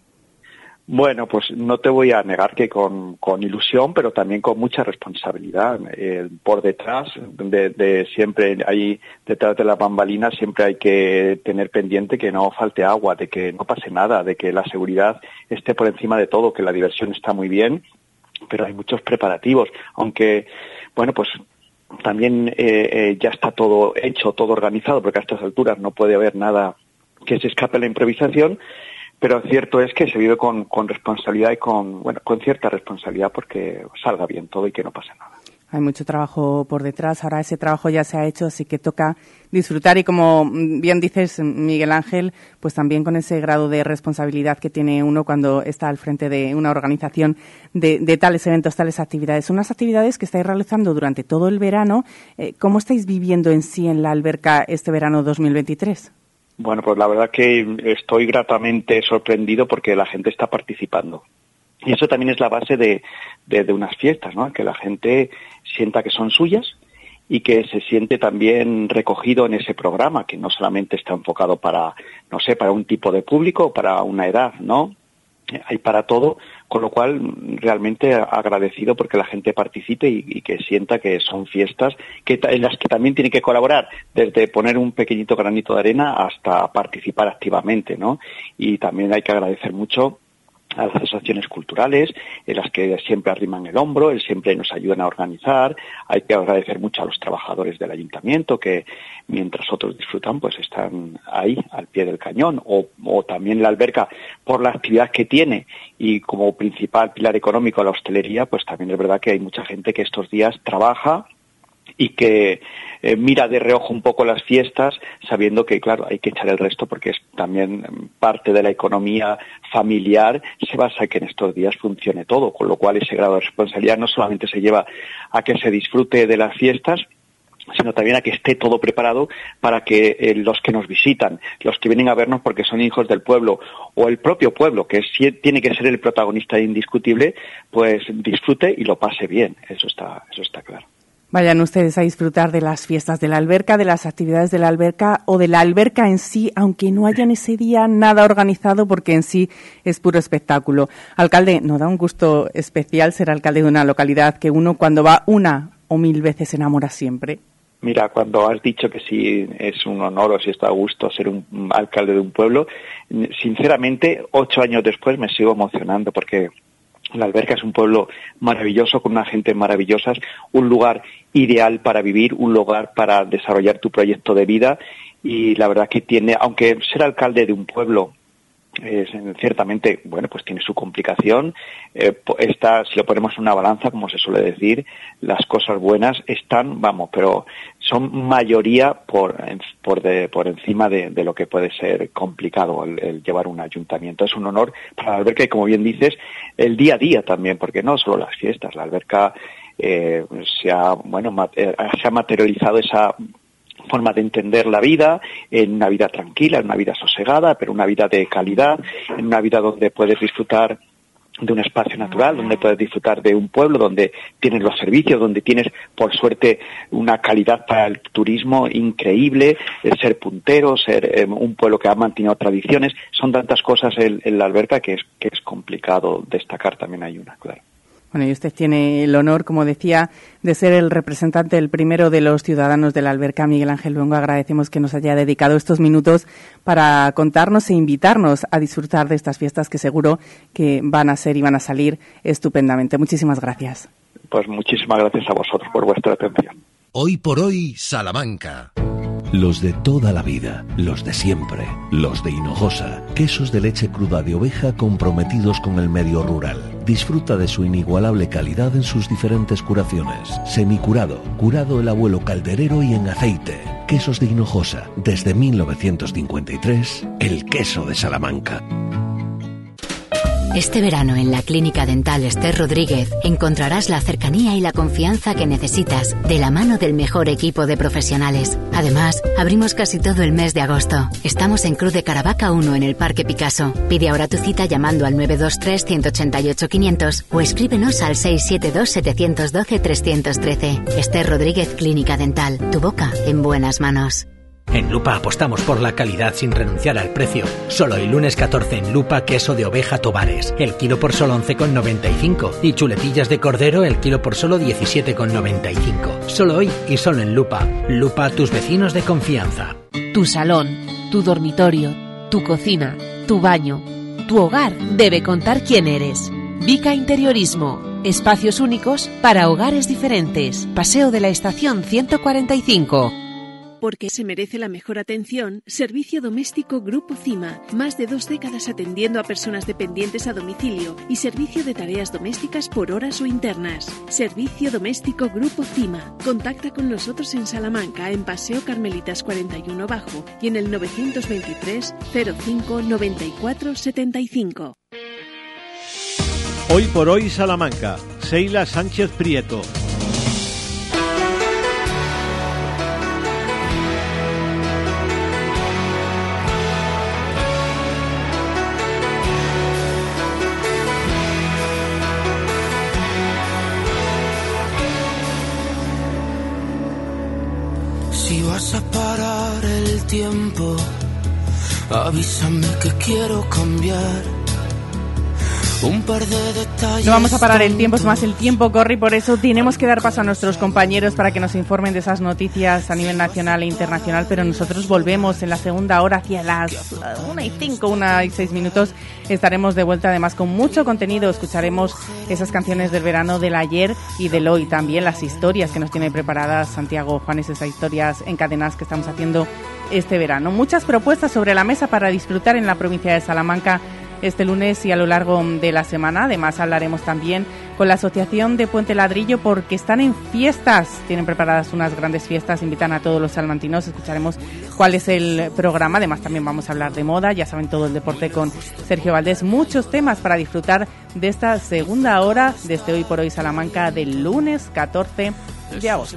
Bueno, pues no te voy a negar que con ilusión, pero también con mucha responsabilidad. Por detrás de siempre hay, detrás de las bambalinas siempre hay que tener pendiente que no falte agua, de que no pase nada, de que la seguridad esté por encima de todo, que la diversión está muy bien, pero hay muchos preparativos, aunque, bueno, pues también ya está todo hecho, todo organizado, porque a estas alturas no puede haber nada que se escape a la improvisación. Pero cierto es que se vive con responsabilidad y con cierta responsabilidad porque salga bien todo y que no pase nada. Hay mucho trabajo por detrás, ahora ese trabajo ya se ha hecho, así que toca disfrutar y, como bien dices, Miguel Ángel, pues también con ese grado de responsabilidad que tiene uno cuando está al frente de una organización de tales eventos, tales actividades. Unas actividades que estáis realizando durante todo el verano. ¿Cómo estáis viviendo en sí en la alberca este verano 2023? Bueno, pues la verdad que estoy gratamente sorprendido porque la gente está participando. Y eso también es la base de unas fiestas, ¿no? Que la gente sienta que son suyas y que se siente también recogido en ese programa, que no solamente está enfocado para un tipo de público o para una edad, ¿no? Hay para todo, con lo cual realmente agradecido porque la gente participe y que sienta que son fiestas en las que también tiene que colaborar, desde poner un pequeñito granito de arena hasta participar activamente, ¿no? Y también hay que agradecer mucho a las asociaciones culturales, en las que siempre arriman el hombro, siempre nos ayudan a organizar. Hay que agradecer mucho a los trabajadores del ayuntamiento que, mientras otros disfrutan, pues están ahí al pie del cañón, o también la alberca por la actividad que tiene y como principal pilar económico la hostelería, pues también es verdad que hay mucha gente que estos días trabaja y que mira de reojo un poco las fiestas, sabiendo que, claro, hay que echar el resto porque es también parte de la economía familiar, se basa en que en estos días funcione todo, con lo cual ese grado de responsabilidad no solamente se lleva a que se disfrute de las fiestas, sino también a que esté todo preparado para que los que nos visitan, los que vienen a vernos porque son hijos del pueblo, o el propio pueblo, que tiene que ser el protagonista indiscutible, pues disfrute y lo pase bien. Eso está claro. Vayan ustedes a disfrutar de las fiestas de la alberca, de las actividades de la alberca o de la alberca en sí, aunque no haya en ese día nada organizado, porque en sí es puro espectáculo. Alcalde, nos da un gusto especial ser alcalde de una localidad que uno, cuando va una o mil veces, se enamora siempre. Mira, cuando has dicho que si es un honor o si está a gusto ser un alcalde de un pueblo, sinceramente, 8 años después me sigo emocionando porque La Alberca es un pueblo maravilloso, con una gente maravillosa, un lugar ideal para vivir, un lugar para desarrollar tu proyecto de vida, y la verdad que tiene, aunque ser alcalde de un pueblo ciertamente, bueno, pues tiene su complicación, si lo ponemos en una balanza, como se suele decir, las cosas buenas están, pero son mayoría por encima de lo que puede ser complicado el llevar un ayuntamiento. Es un honor para la Alberca y, como bien dices, el día a día también, porque no solo las fiestas, la Alberca se ha materializado esa forma de entender la vida, en una vida tranquila, en una vida sosegada, pero una vida de calidad, en una vida donde puedes disfrutar de un espacio natural, donde puedes disfrutar de un pueblo, donde tienes los servicios, donde tienes, por suerte, una calidad para el turismo increíble, ser puntero, ser un pueblo que ha mantenido tradiciones. Son tantas cosas en la Alberca que es complicado destacar. También hay una, claro. Bueno, y usted tiene el honor, como decía, de ser el representante, el primero de los ciudadanos de la Alberca. Miguel Ángel Luengo, agradecemos que nos haya dedicado estos minutos para contarnos e invitarnos a disfrutar de estas fiestas que seguro que van a ser y van a salir estupendamente. Muchísimas gracias. Pues muchísimas gracias a vosotros por vuestra atención. Hoy por hoy, Salamanca. Los de toda la vida, los de siempre, los de Hinojosa, quesos de leche cruda de oveja comprometidos con el medio rural. Disfruta de su inigualable calidad en sus diferentes curaciones. Semicurado, curado el abuelo calderero y en aceite. Quesos de Hinojosa, desde 1953, el queso de Salamanca. Este verano en la Clínica Dental Esther Rodríguez encontrarás la cercanía y la confianza que necesitas de la mano del mejor equipo de profesionales. Además, abrimos casi todo el mes de agosto. Estamos en Cruz de Caravaca 1 en el Parque Picasso. Pide ahora tu cita llamando al 923-188-500 o escríbenos al 672-712-313. Esther Rodríguez Clínica Dental. Tu boca en buenas manos. En Lupa apostamos por la calidad sin renunciar al precio. Solo el lunes 14 en Lupa, queso de oveja Tobares, el kilo por solo 11,95 y chuletillas de cordero el kilo por solo 17,95. Solo hoy y solo en Lupa. Lupa, tus vecinos de confianza. Tu salón, tu dormitorio, tu cocina, tu baño, tu hogar debe contar quién eres. Vica Interiorismo. Espacios únicos para hogares diferentes. Paseo de la Estación 145. Porque se merece la mejor atención, Servicio Doméstico Grupo CIMA. Más de 2 décadas atendiendo a personas dependientes a domicilio y servicio de tareas domésticas por horas o internas. Servicio Doméstico Grupo CIMA. Contacta con nosotros en Salamanca, en Paseo Carmelitas 41 Bajo y en el 923 05 94 75. Hoy por hoy, Salamanca. Seila Sánchez Prieto. Si vas a parar el tiempo, avísame que quiero cambiar. Un par de detalles. No vamos a parar el tiempo, es más, el tiempo corre y por eso tenemos que dar paso a nuestros compañeros para que nos informen de esas noticias a nivel nacional e internacional, pero nosotros volvemos en la segunda hora hacia las 1:05, 1:06. Estaremos de vuelta además con mucho contenido, escucharemos esas canciones del verano, del ayer y del hoy, también las historias que nos tiene preparadas Santiago Juanes, esas historias encadenadas que estamos haciendo este verano. Muchas propuestas sobre la mesa para disfrutar en la provincia de Salamanca este lunes y a lo largo de la semana. Además hablaremos también con la Asociación de Puente Ladrillo porque están en fiestas, tienen preparadas unas grandes fiestas, invitan a todos los salmantinos, escucharemos cuál es el programa. Además también vamos a hablar de moda, ya saben, todo el deporte con Sergio Valdés, muchos temas para disfrutar de esta segunda hora de este Hoy por Hoy Salamanca del lunes 14 de agosto.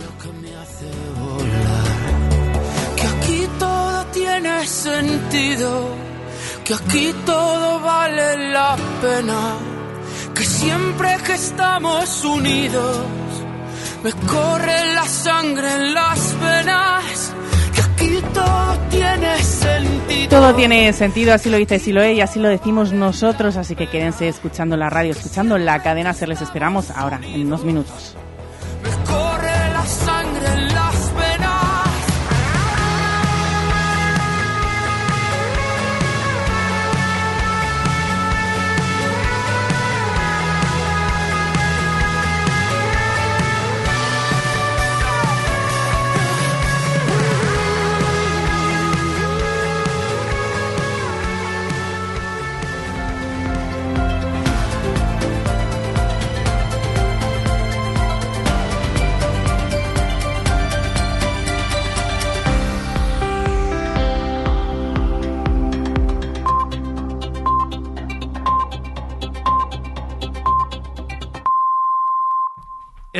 Que aquí todo tiene sentido, que aquí todo vale la pena, que siempre que estamos unidos me corre la sangre en las venas, que aquí todo tiene sentido. Todo tiene sentido, así lo dice Siloé y así lo decimos nosotros, así que quédense escuchando la radio, escuchando la cadena SER, les esperamos ahora, en unos minutos. Me corre la sangre en las venas.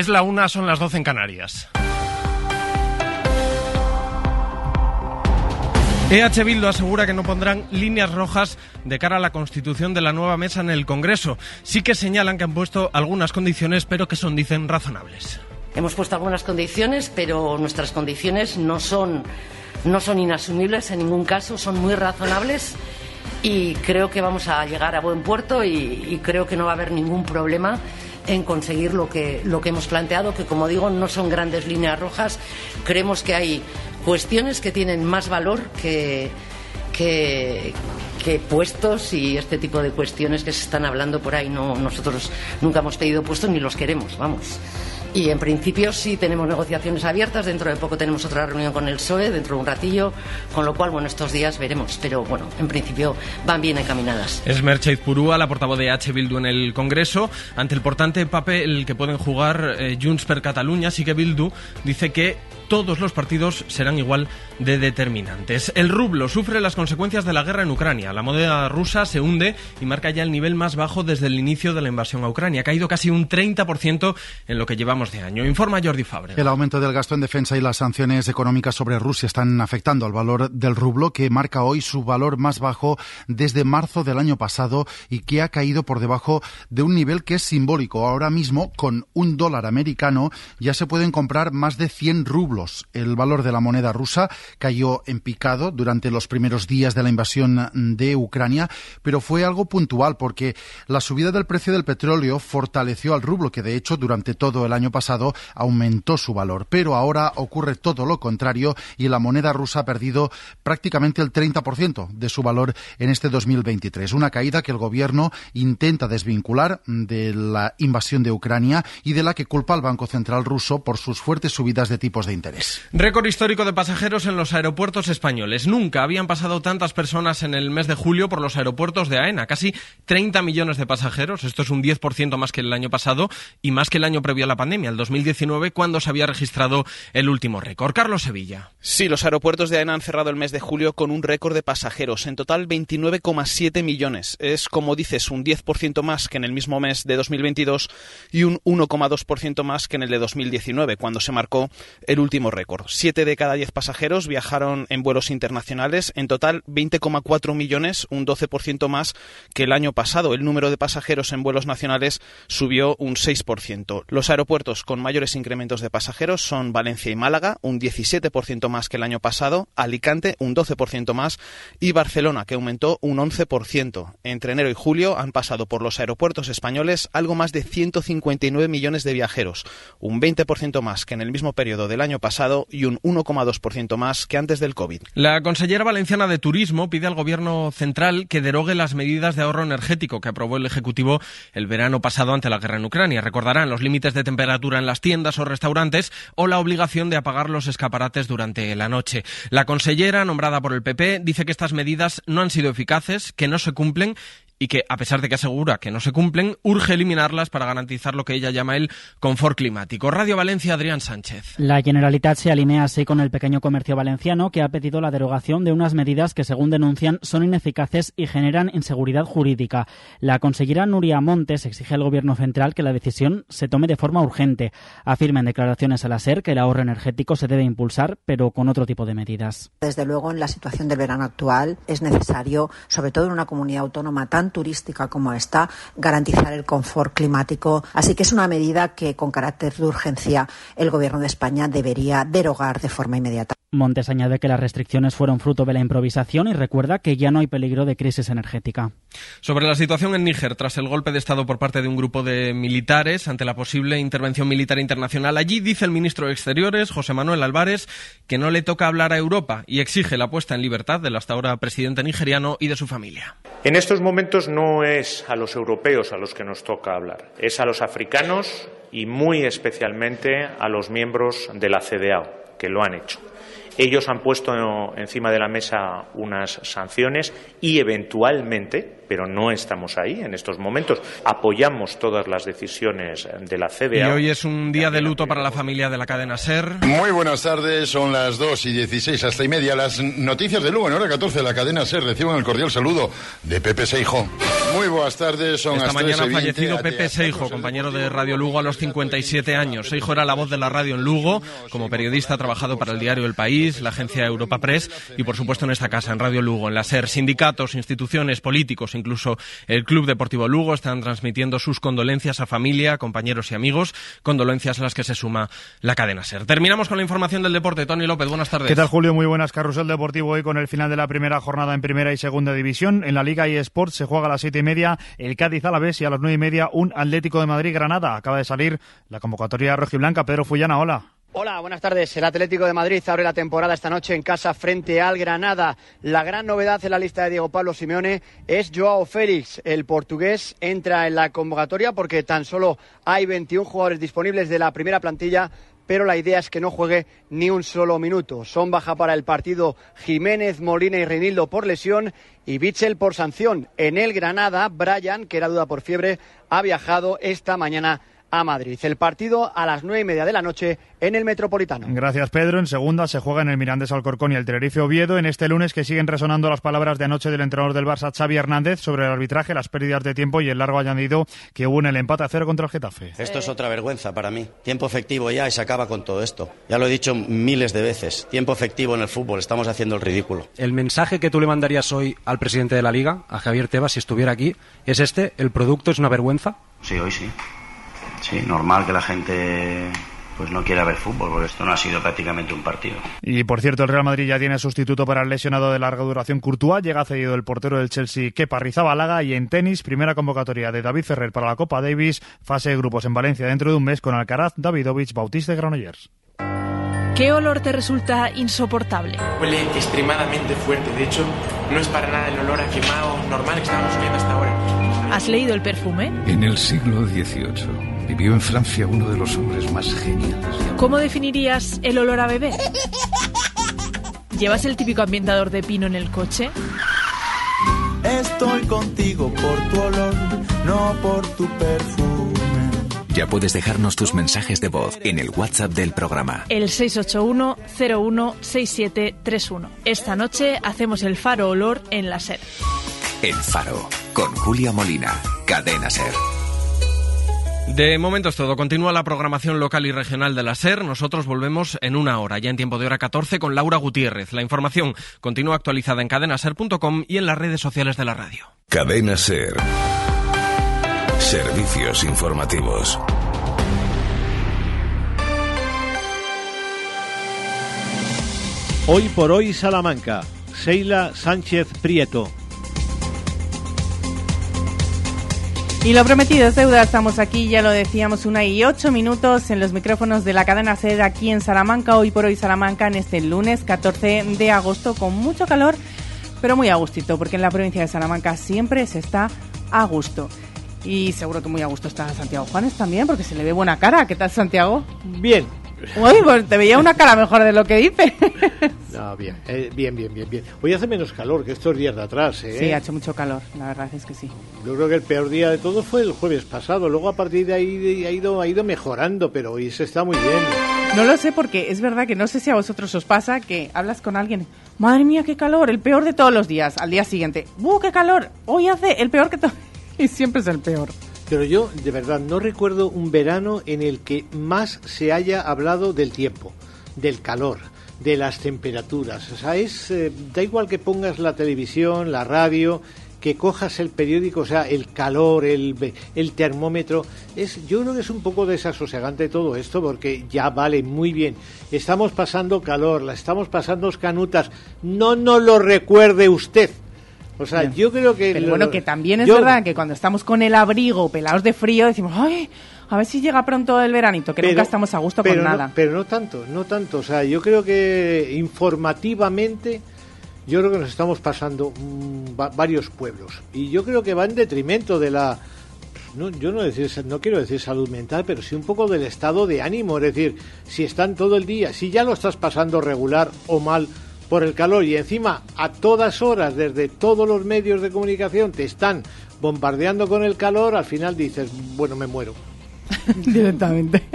Es la 1, son las 12 en Canarias. EH Bildu asegura que no pondrán líneas rojas de cara a la constitución de la nueva mesa en el Congreso. Sí que señalan que han puesto algunas condiciones, pero que son, dicen, razonables. Hemos puesto algunas condiciones, pero nuestras condiciones no son inasumibles en ningún caso, son muy razonables y creo que vamos a llegar a buen puerto y creo que no va a haber ningún problema en conseguir lo que hemos planteado, que como digo no son grandes líneas rojas. Creemos que hay cuestiones que tienen más valor que puestos y este tipo de cuestiones que se están hablando por ahí. No, nosotros nunca hemos pedido puestos ni los queremos, vamos. Y en principio sí tenemos negociaciones abiertas, dentro de poco tenemos otra reunión con el PSOE, dentro de un ratillo, con lo cual, bueno, estos días veremos, pero bueno, en principio van bien encaminadas. Es Merche Izpurúa, la portavoz de EH Bildu en el Congreso. Ante el importante papel que pueden jugar Junts per Catalunya, sí que Bildu dice que todos los partidos serán igual de determinantes. El rublo sufre las consecuencias de la guerra en Ucrania. La moneda rusa se hunde y marca ya el nivel más bajo desde el inicio de la invasión a Ucrania. Ha caído casi un 30% en lo que llevamos de año. Informa Jordi Fábrega. El aumento del gasto en defensa y las sanciones económicas sobre Rusia están afectando al valor del rublo, que marca hoy su valor más bajo desde marzo del año pasado y que ha caído por debajo de un nivel que es simbólico. Ahora mismo, con $1 americano, ya se pueden comprar más de 100 rublos. El valor de la moneda rusa cayó en picado durante los primeros días de la invasión de Ucrania, pero fue algo puntual porque la subida del precio del petróleo fortaleció al rublo, que de hecho durante todo el año pasado aumentó su valor. Pero ahora ocurre todo lo contrario y la moneda rusa ha perdido prácticamente el 30% de su valor en este 2023. Una caída que el gobierno intenta desvincular de la invasión de Ucrania y de la que culpa al Banco Central ruso por sus fuertes subidas de tipos de interés. Récord histórico de pasajeros en los aeropuertos españoles. Nunca habían pasado tantas personas en el mes de julio por los aeropuertos de AENA. Casi 30 millones de pasajeros. Esto es un 10% más que el año pasado y más que el año previo a la pandemia, el 2019, cuando se había registrado el último récord. Carlos Sevilla. Sí, los aeropuertos de AENA han cerrado el mes de julio con un récord de pasajeros. En total, 29,7 millones. Es, como dices, un 10% más que en el mismo mes de 2022 y un 1,2% más que en el de 2019, cuando se marcó el último récord. 7 de cada 10 pasajeros viajaron en vuelos internacionales. En total, 20,4 millones, un 12% más que el año pasado. El número de pasajeros en vuelos nacionales subió un 6%. Los aeropuertos con mayores incrementos de pasajeros son Valencia y Málaga, un 17% más que el año pasado, Alicante, un 12% más, y Barcelona, que aumentó un 11%. Entre enero y julio han pasado por los aeropuertos españoles algo más de 159 millones de viajeros, un 20% más que en el mismo periodo del año pasado y un 1,2% más que antes del COVID. La consellera valenciana de Turismo pide al Gobierno central que derogue las medidas de ahorro energético que aprobó el Ejecutivo el verano pasado ante la guerra en Ucrania. Recordarán los límites de temperatura en las tiendas o restaurantes o la obligación de apagar los escaparates durante la noche. La consellera, nombrada por el PP, dice que estas medidas no han sido eficaces, que no se cumplen y que, a pesar de que asegura que no se cumplen, urge eliminarlas para garantizar lo que ella llama el confort climático. Radio Valencia, Adrián Sánchez. La Generalitat se alinea así con el pequeño comercio valenciano, que ha pedido la derogación de unas medidas que, según denuncian, son ineficaces y generan inseguridad jurídica. La consellera Nuria Montes exige al Gobierno central que la decisión se tome de forma urgente. Afirma en declaraciones a la SER que el ahorro energético se debe impulsar, pero con otro tipo de medidas. Desde luego, en la situación del verano actual es necesario, sobre todo en una comunidad autónoma tan turística como esta, garantizar el confort climático. Así que es una medida que, con carácter de urgencia, el Gobierno de España debería derogar de forma inmediata. Montes añade que las restricciones fueron fruto de la improvisación y recuerda que ya no hay peligro de crisis energética. Sobre la situación en Níger, tras el golpe de Estado por parte de un grupo de militares ante la posible intervención militar internacional, allí dice el ministro de Exteriores, José Manuel Álvarez, que no le toca hablar a Europa y exige la puesta en libertad del hasta ahora presidente nigeriano y de su familia. En estos momentos no es a los europeos a los que nos toca hablar, es a los africanos y muy especialmente a los miembros de la CEDEAO, que lo han hecho. Ellos han puesto encima de la mesa unas sanciones y eventualmente, pero no estamos ahí en estos momentos, apoyamos todas las decisiones de la CEDEAO. Y hoy es un día de luto para la familia de la cadena SER. Muy buenas tardes, son las 2:16, hasta y media. Las noticias de Lugo en hora 14, la cadena SER reciben el cordial saludo de Pepe Seijo. Muy buenas tardes, son Esta las mañana ha 13:20. fallecido Pepe Seijo, compañero de Radio Lugo a los 57 años. Seijo era la voz de la radio en Lugo, como periodista ha trabajado para el diario El País, la agencia Europa Press y por supuesto en esta casa, en Radio Lugo, en la SER. Sindicatos, instituciones, políticos, incluso el Club Deportivo Lugo están transmitiendo sus condolencias a familia, compañeros y amigos, condolencias a las que se suma la cadena SER. Terminamos con la información del deporte. Tony López, buenas tardes. ¿Qué tal, Julio? Muy buenas. Carrusel deportivo hoy con el final de la primera jornada en Primera y Segunda División. En la Liga eSports se juega a las 7:30 el Cádiz-Alavés y a las 9:30 un Atlético de Madrid-Granada. Acaba de salir la convocatoria rojiblanca. Pedro Fullana, hola. Hola, buenas tardes. El Atlético de Madrid abre la temporada esta noche en casa frente al Granada. La gran novedad en la lista de Diego Pablo Simeone es Joao Félix. El portugués entra en la convocatoria porque tan solo hay 21 jugadores disponibles de la primera plantilla, pero la idea es que no juegue ni un solo minuto. Son baja para el partido Jiménez, Molina y Reinildo por lesión y Bitzel por sanción. En el Granada, Bryan, que era duda por fiebre, ha viajado esta mañana a Madrid. El partido a las 9:30 de la noche en el Metropolitano. Gracias, Pedro. En segunda se juega en el Mirandés Alcorcón y el Tenerife Oviedo. En este lunes que siguen resonando las palabras de anoche del entrenador del Barça, Xavi Hernández, sobre el arbitraje, las pérdidas de tiempo y el largo añadido que hubo en el empate a 0 contra el Getafe. Esto es otra vergüenza para mí. Tiempo efectivo ya y se acaba con todo esto. Ya lo he dicho miles de veces. Tiempo efectivo en el fútbol. Estamos haciendo el ridículo. El mensaje que tú le mandarías hoy al presidente de la Liga, a Javier Tebas, si estuviera aquí, es este: ¿el producto es una vergüenza? Sí, hoy sí. Sí, normal que la gente pues no quiera ver fútbol, porque esto no ha sido prácticamente un partido. Y por cierto, el Real Madrid ya tiene sustituto para el lesionado de larga duración Courtois. Llega cedido el portero del Chelsea, Kepa Arrizabalaga. Y en tenis, primera convocatoria de David Ferrer para la Copa Davis. Fase de grupos en Valencia dentro de un mes con Alcaraz, Davidovich, Bautista y Granollers. ¿Qué olor te resulta insoportable? Huele extremadamente fuerte. De hecho, no es para nada el olor a quemado normal que estábamos viendo hasta ahora. ¿Has leído el perfume? En el siglo XVIII vivió en Francia uno de los hombres más geniales. ¿Cómo definirías el olor a bebé? ¿Llevas el típico ambientador de pino en el coche? Estoy contigo por tu olor, no por tu perfume. Ya puedes dejarnos tus mensajes de voz en el WhatsApp del programa. El 681-016731. Esta noche hacemos el Faro Olor en la SER. El Faro, con Julia Molina, Cadena SER. De momento es todo. Continúa la programación local y regional de la SER. Nosotros volvemos en una hora, ya en tiempo de hora 14, con Laura Gutiérrez. La información continúa actualizada en cadenaser.com y en las redes sociales de la radio. Cadena SER. Servicios informativos. Hoy por hoy Salamanca. Sheila Sánchez Prieto. Y lo prometido es deuda, estamos aquí, ya lo decíamos, 1:08 en los micrófonos de la cadena SER aquí en Salamanca, hoy por hoy Salamanca, en este lunes 14 de agosto, con mucho calor, pero muy a gustito, porque en la provincia de Salamanca siempre se está a gusto. Y seguro que muy a gusto está Santiago Juanes también, porque se le ve buena cara. ¿Qué tal, Santiago? Bien. Uy, pues te veía una cara mejor de lo que dice. No, bien. Hoy hace menos calor que estos días de atrás, ¿eh? Sí, ha hecho mucho calor, la verdad es que sí. Yo creo que el peor día de todos fue el jueves pasado. Luego a partir de ahí ha ido mejorando, pero hoy se está muy bien. No lo sé, porque es verdad que no sé si a vosotros os pasa que hablas con alguien, madre mía, qué calor, el peor de todos los días. Al día siguiente, qué calor, hoy hace el peor que todo. Y siempre es el peor. Pero yo, de verdad, no recuerdo un verano en el que más se haya hablado del tiempo, del calor, de las temperaturas. O sea, da igual que pongas la televisión, la radio, que cojas el periódico, o sea, el calor, el termómetro. Yo creo que es un poco desasosegante todo esto, porque ya vale muy bien. Estamos pasando calor, la estamos pasando canutas. No nos lo recuerde usted. O sea, yo creo que... Pero bueno, que también es verdad que cuando estamos con el abrigo, pelados de frío, decimos, ¡ay! A ver si llega pronto el veranito, que nunca estamos a gusto con nada. Pero no tanto. O sea, yo creo que informativamente, yo creo que nos estamos pasando varios pueblos. Y yo creo que va en detrimento de la... No quiero decir salud mental, pero sí un poco del estado de ánimo. Es decir, si están todo el día, si ya lo estás pasando regular o mal por el calor y encima a todas horas desde todos los medios de comunicación te están bombardeando con el calor, al final dices, bueno, me muero. Directamente.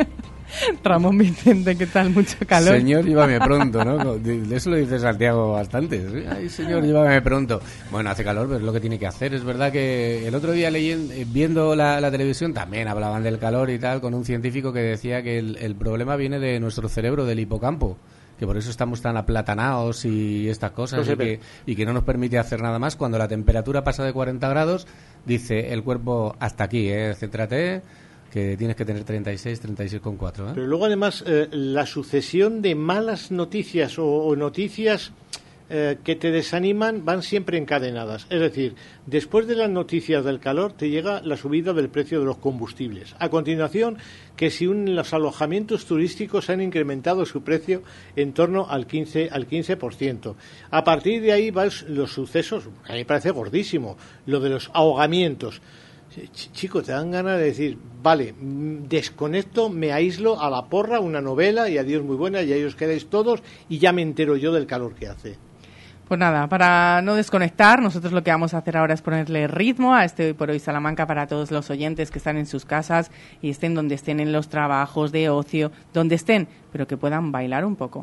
Ramón Vicente, ¿qué tal? Mucho calor. Señor, llévame pronto, ¿no? Eso lo dice Santiago bastante. Ay, señor, llévame pronto. Bueno, hace calor, pero es lo que tiene que hacer. Es verdad que el otro día viendo la televisión también hablaban del calor y tal, con un científico que decía que el problema viene de nuestro cerebro, del hipocampo, que por eso estamos tan aplatanados y estas cosas, y que no nos permite hacer nada más. Cuando la temperatura pasa de 40 grados, dice el cuerpo, hasta aquí, céntrate, que tienes que tener 36,4. Pero luego, además, la sucesión de malas noticias o noticias que te desaniman van siempre encadenadas. Es decir, después de las noticias del calor te llega la subida del precio de los combustibles. A continuación, que si los alojamientos turísticos han incrementado su precio en torno al 15%. A partir de ahí van los sucesos, a mí me parece gordísimo, lo de los ahogamientos. Chico, te dan ganas de decir, vale, desconecto, me aíslo a la porra, una novela, y adiós muy buena, y ahí os quedáis todos, y ya me entero yo del calor que hace. Pues nada, para no desconectar, nosotros lo que vamos a hacer ahora es ponerle ritmo a este Hoy por Hoy Salamanca para todos los oyentes que están en sus casas y estén donde estén, en los trabajos de ocio, donde estén, pero que puedan bailar un poco.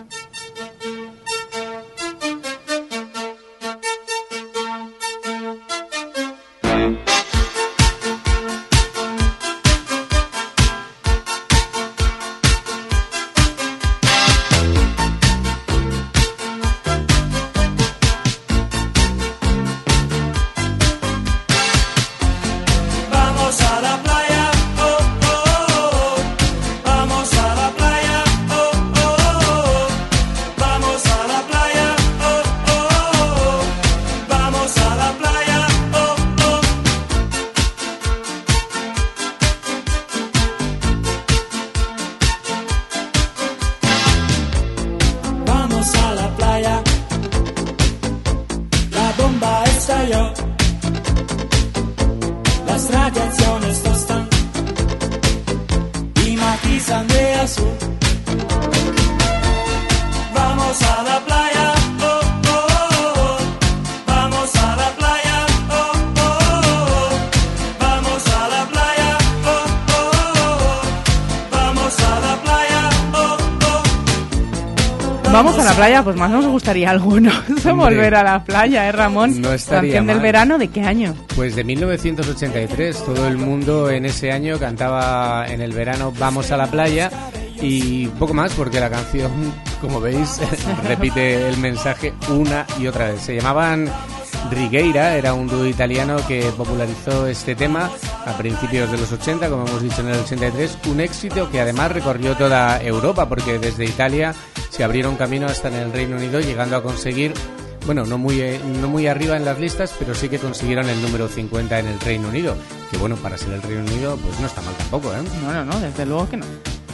Vamos a la playa, pues más nos gustaría a algunos volver a la playa, Ramón? No estaría ¿Canción mal. del verano de qué año? Pues de 1983, todo el mundo en ese año cantaba en el verano Vamos a la playa, y poco más porque la canción, como veis, repite el mensaje una y otra vez. Se llamaban Righeira, era un dúo italiano que popularizó este tema a principios de los 80, como hemos dicho en el 83, un éxito que además recorrió toda Europa, porque desde Italia se abrieron camino hasta en el Reino Unido, llegando a conseguir, bueno, no muy arriba en las listas, pero sí que consiguieron el número 50 en el Reino Unido, que bueno, para ser el Reino Unido, pues no está mal tampoco, ¿eh? No, desde luego que no.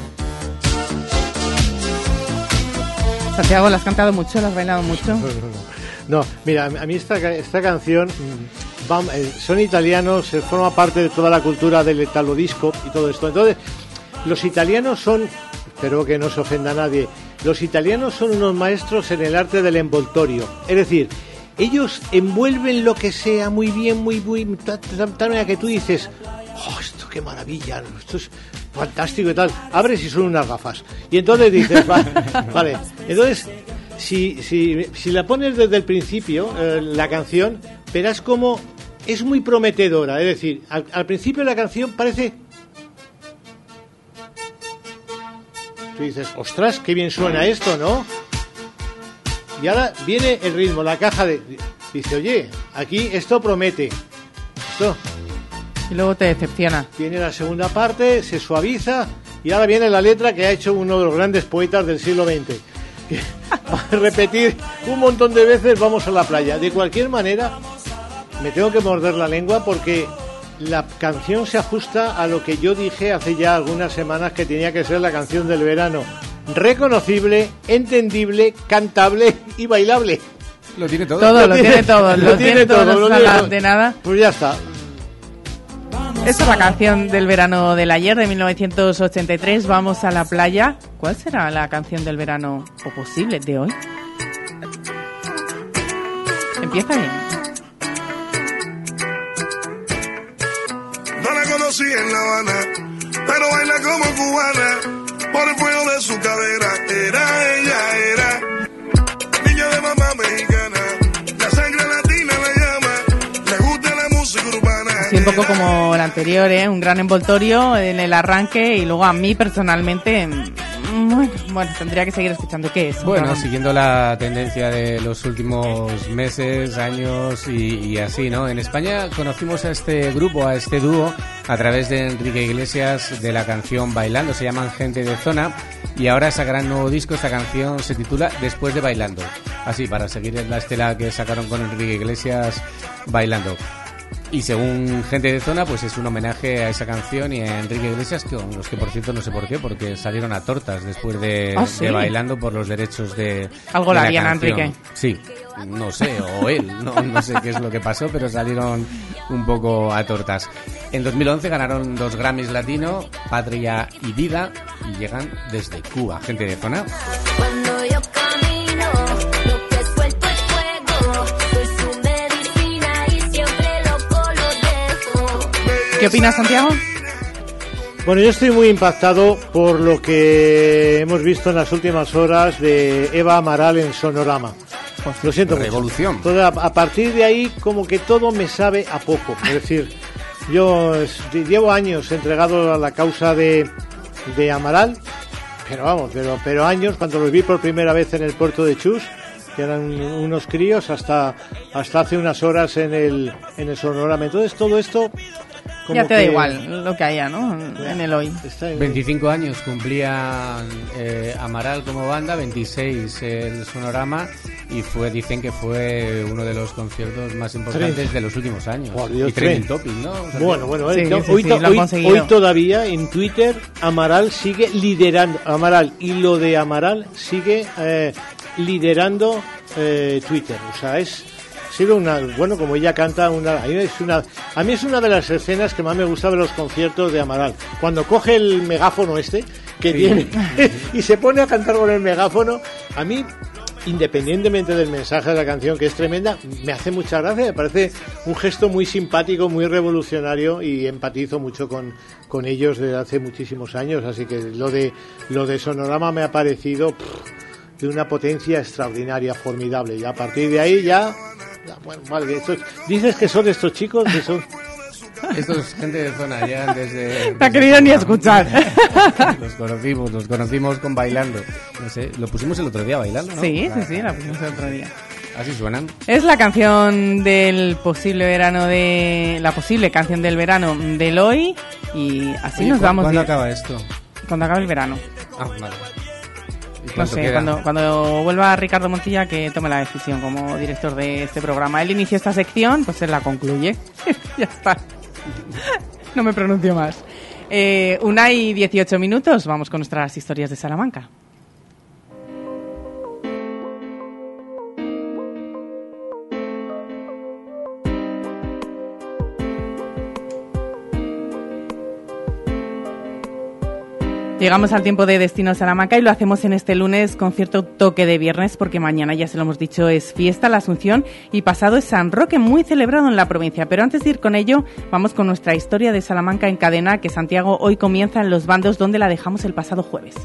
Santiago, ¿la has cantado mucho? ¿La has bailado mucho? No, mira, a mí esta canción, son italianos, forma parte de toda la cultura del italo disco y todo esto. Entonces, los italianos son, espero que no se ofenda a nadie, los italianos son unos maestros en el arte del envoltorio. Es decir, ellos envuelven lo que sea muy bien, muy tal manera que tú dices, oh, esto qué maravilla, esto es fantástico y tal. Abres y son unas gafas. Y entonces dices, vale. Entonces, si la pones desde el principio, la canción, verás como es muy prometedora. Es decir, al principio la canción parece... Tú dices, ostras, qué bien suena esto, ¿no? Y ahora viene el ritmo, la caja de... Dice, oye, aquí esto promete. Esto... Y luego te decepciona. Viene la segunda parte, se suaviza, y ahora viene la letra que ha hecho uno de los grandes poetas del siglo XX. Va a repetir un montón de veces, vamos a la playa. De cualquier manera, me tengo que morder la lengua porque la canción se ajusta a lo que yo dije hace ya algunas semanas que tenía que ser la canción del verano. Reconocible, entendible, cantable y bailable. Lo tiene todo. Lo tiene todo. Lo tiene todo. De nada. Pues ya está. Esta es la canción del verano del ayer, de 1983. Vamos a la playa. ¿Cuál será la canción del verano, o posible, de hoy? Empieza bien. No la conocí en La Habana, pero baila como cubana. por el fuego de su cadera. Era niña de mamá mexicana, la sangre latina la llama, le gusta la música urbana. Así un poco como el anterior, un gran envoltorio en el arranque y luego a mí personalmente... Bueno, tendría que seguir escuchando. ¿Qué es? Bueno, siguiendo la tendencia de los últimos meses, años y así, ¿no? En España conocimos a este grupo, a este dúo, a través de Enrique Iglesias, de la canción Bailando. Se llaman Gente de Zona y ahora sacarán nuevo disco. Esta canción se titula Después de Bailando. Así, para seguir en la estela que sacaron con Enrique Iglesias, Bailando. Y según Gente de Zona, pues es un homenaje a esa canción y a Enrique Iglesias, con los que por cierto no sé por qué, porque salieron a tortas después de Bailando por los derechos de algo de la la harían a canción. Enrique. Sí, no sé, o él, no sé qué es lo que pasó, pero salieron un poco a tortas. En 2011 ganaron 2 Grammys Latino, Patria y Vida, y llegan desde Cuba. Gente de Zona. Cuando yo camino, lo que suelto es fuego, soy su medicina y siempre loco lo dejo. ¿Qué opinas, Santiago? Bueno, yo estoy muy impactado por lo que hemos visto en las últimas horas de Eva Amaral en Sonorama. Lo siento mucho. Revolución. A partir de ahí, como que todo me sabe a poco. Es decir, yo llevo años entregado a la causa de Amaral, pero vamos, pero años, cuando los vi por primera vez en el puerto de Chus, que eran unos críos, hasta hace unas horas en el Sonorama. Entonces todo esto... Ya te da igual lo que haya, ¿no? En el hoy. 25 años cumplía Amaral como banda, 26 el Sonorama, y dicen que fue uno de los conciertos más importantes de los últimos años. Dios, y trending topic, ¿no? O sea, bueno, sí, hoy todavía en Twitter Amaral sigue liderando, Amaral y lo de Amaral sigue liderando Twitter. O sea, ha sido como ella canta, a mí es una de las escenas que más me gusta de los conciertos de Amaral, cuando coge el megáfono que tiene y se pone a cantar con el megáfono. A mí, independientemente del mensaje de la canción, que es tremenda, me hace mucha gracia, me parece un gesto muy simpático, muy revolucionario, y empatizo mucho con ellos desde hace muchísimos años, así que lo de Sonorama me ha parecido de una potencia extraordinaria, formidable, y a partir de ahí bueno, vale, dices que son estos chicos, que son... Estos Gente de Zona llegan desde... No ha querido ni escuchar. Los conocimos con Bailando. No sé, lo pusimos el otro día, Bailando, ¿no? Sí, la pusimos el otro día. Así suenan. Es la canción del posible verano la posible canción del verano del hoy, y así nos vamos. ¿Cuándo acaba esto? Cuando acabe el verano. Ah, vale. No sé, cuando vuelva Ricardo Montilla, que tome la decisión como director de este programa. Él inició esta sección, pues él la concluye. Ya está. No me pronuncio más. 1:18, vamos con nuestras historias de Salamanca. Llegamos al tiempo de Destino Salamanca y lo hacemos en este lunes con cierto toque de viernes, porque mañana, ya se lo hemos dicho, es fiesta, la Asunción, y pasado es San Roque, muy celebrado en la provincia. Pero antes de ir con ello, vamos con nuestra historia de Salamanca en cadena, que Santiago hoy comienza en Los Bandos, donde la dejamos el pasado jueves.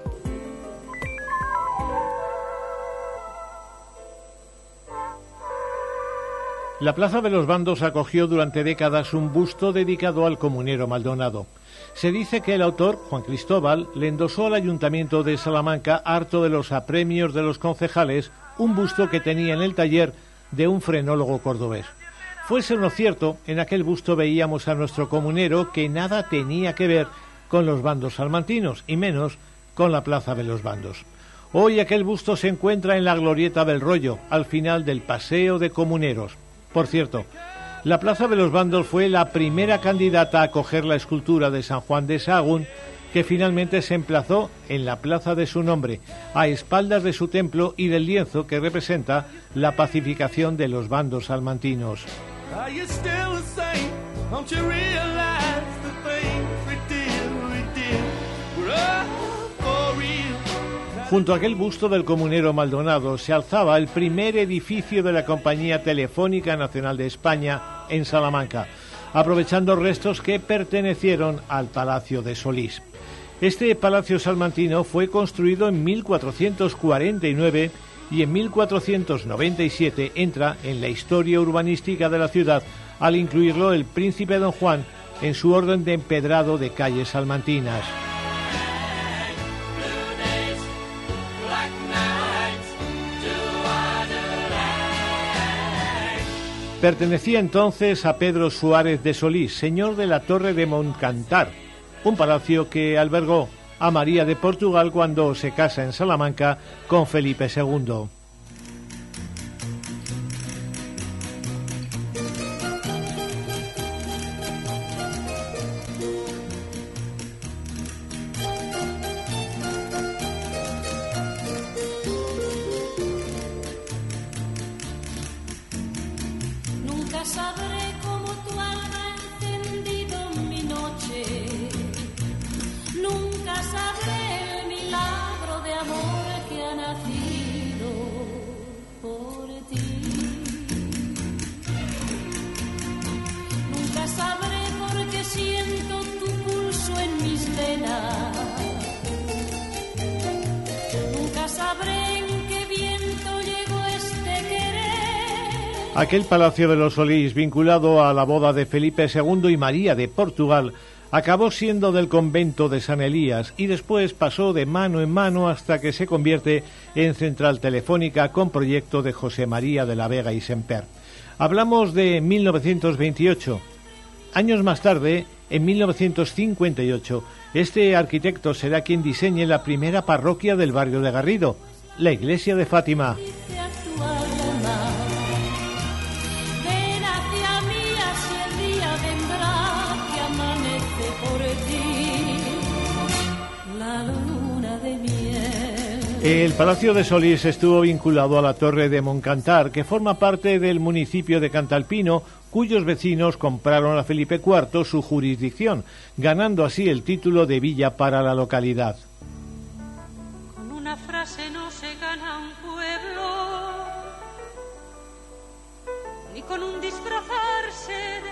La Plaza de los Bandos acogió durante décadas un busto dedicado al comunero Maldonado. Se dice que el autor, Juan Cristóbal, le endosó al Ayuntamiento de Salamanca, harto de los apremios de los concejales, un busto que tenía en el taller de un frenólogo cordobés. Fuese o no cierto, en aquel busto veíamos a nuestro comunero que nada tenía que ver con los bandos salmantinos, y menos con la Plaza de los Bandos. Hoy aquel busto se encuentra en la Glorieta del Rollo, al final del Paseo de Comuneros. Por cierto, la Plaza de los Bandos fue la primera candidata a acoger la escultura de San Juan de Sahagún, que finalmente se emplazó en la plaza de su nombre, a espaldas de su templo y del lienzo que representa la pacificación de los bandos salmantinos. Junto a aquel busto del comunero Maldonado se alzaba el primer edificio de la Compañía Telefónica Nacional de España en Salamanca, aprovechando restos que pertenecieron al Palacio de Solís. Este palacio salmantino fue construido en 1449 y en 1497 entra en la historia urbanística de la ciudad al incluirlo el príncipe Don Juan en su orden de empedrado de calles salmantinas. Pertenecía entonces a Pedro Suárez de Solís, señor de la Torre de Moncantar, un palacio que albergó a María de Portugal cuando se casa en Salamanca con Felipe II. Aquel palacio de los Solís, vinculado a la boda de Felipe II y María de Portugal, acabó siendo del convento de San Elías y después pasó de mano en mano hasta que se convierte en central telefónica con proyecto de José María de la Vega y Semper. Hablamos de 1928. Años más tarde, en 1958, este arquitecto será quien diseñe la primera parroquia del barrio de Garrido, la iglesia de Fátima. El Palacio de Solís estuvo vinculado a la Torre de Moncantar, que forma parte del municipio de Cantalpino, cuyos vecinos compraron a Felipe IV su jurisdicción, ganando así el título de villa para la localidad. Con una frase no se gana un pueblo, ni con un disfrazarse de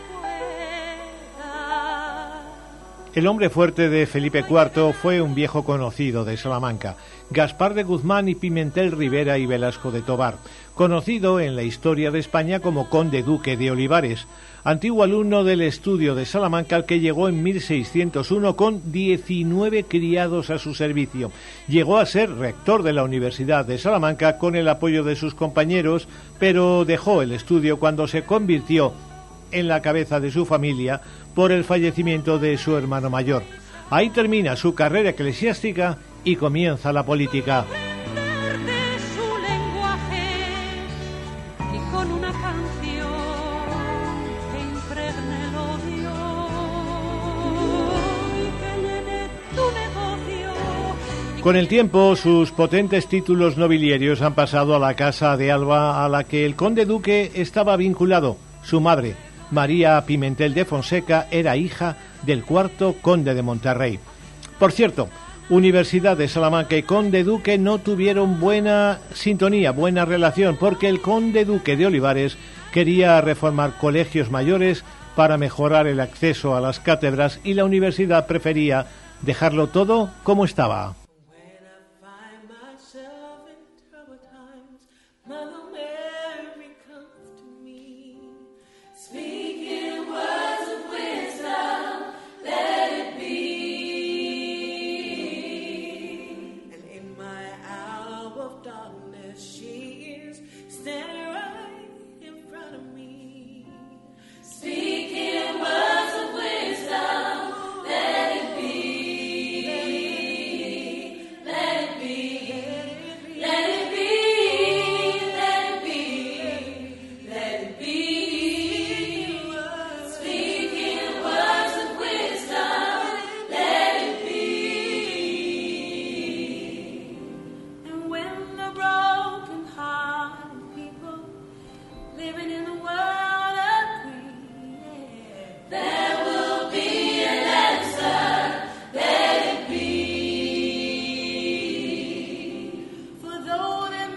fuera. El hombre fuerte de Felipe IV fue un viejo conocido de Salamanca, Gaspar de Guzmán y Pimentel Rivera y Velasco de Tobar, conocido en la historia de España como conde duque de Olivares, antiguo alumno del estudio de Salamanca al que llegó en 1601 con 19 criados a su servicio. Llegó a ser rector de la Universidad de Salamanca con el apoyo de sus compañeros, pero dejó el estudio cuando se convirtió en la cabeza de su familia por el fallecimiento de su hermano mayor. Ahí termina su carrera eclesiástica y comienza la política. Con el tiempo, sus potentes títulos nobiliarios han pasado a la Casa de Alba, a la que el conde duque estaba vinculado. Su madre, María Pimentel de Fonseca, era hija del cuarto conde de Monterrey. Por cierto, Universidad de Salamanca y conde duque no tuvieron buena sintonía, buena relación, porque el conde duque de Olivares quería reformar colegios mayores para mejorar el acceso a las cátedras y la universidad prefería dejarlo todo como estaba.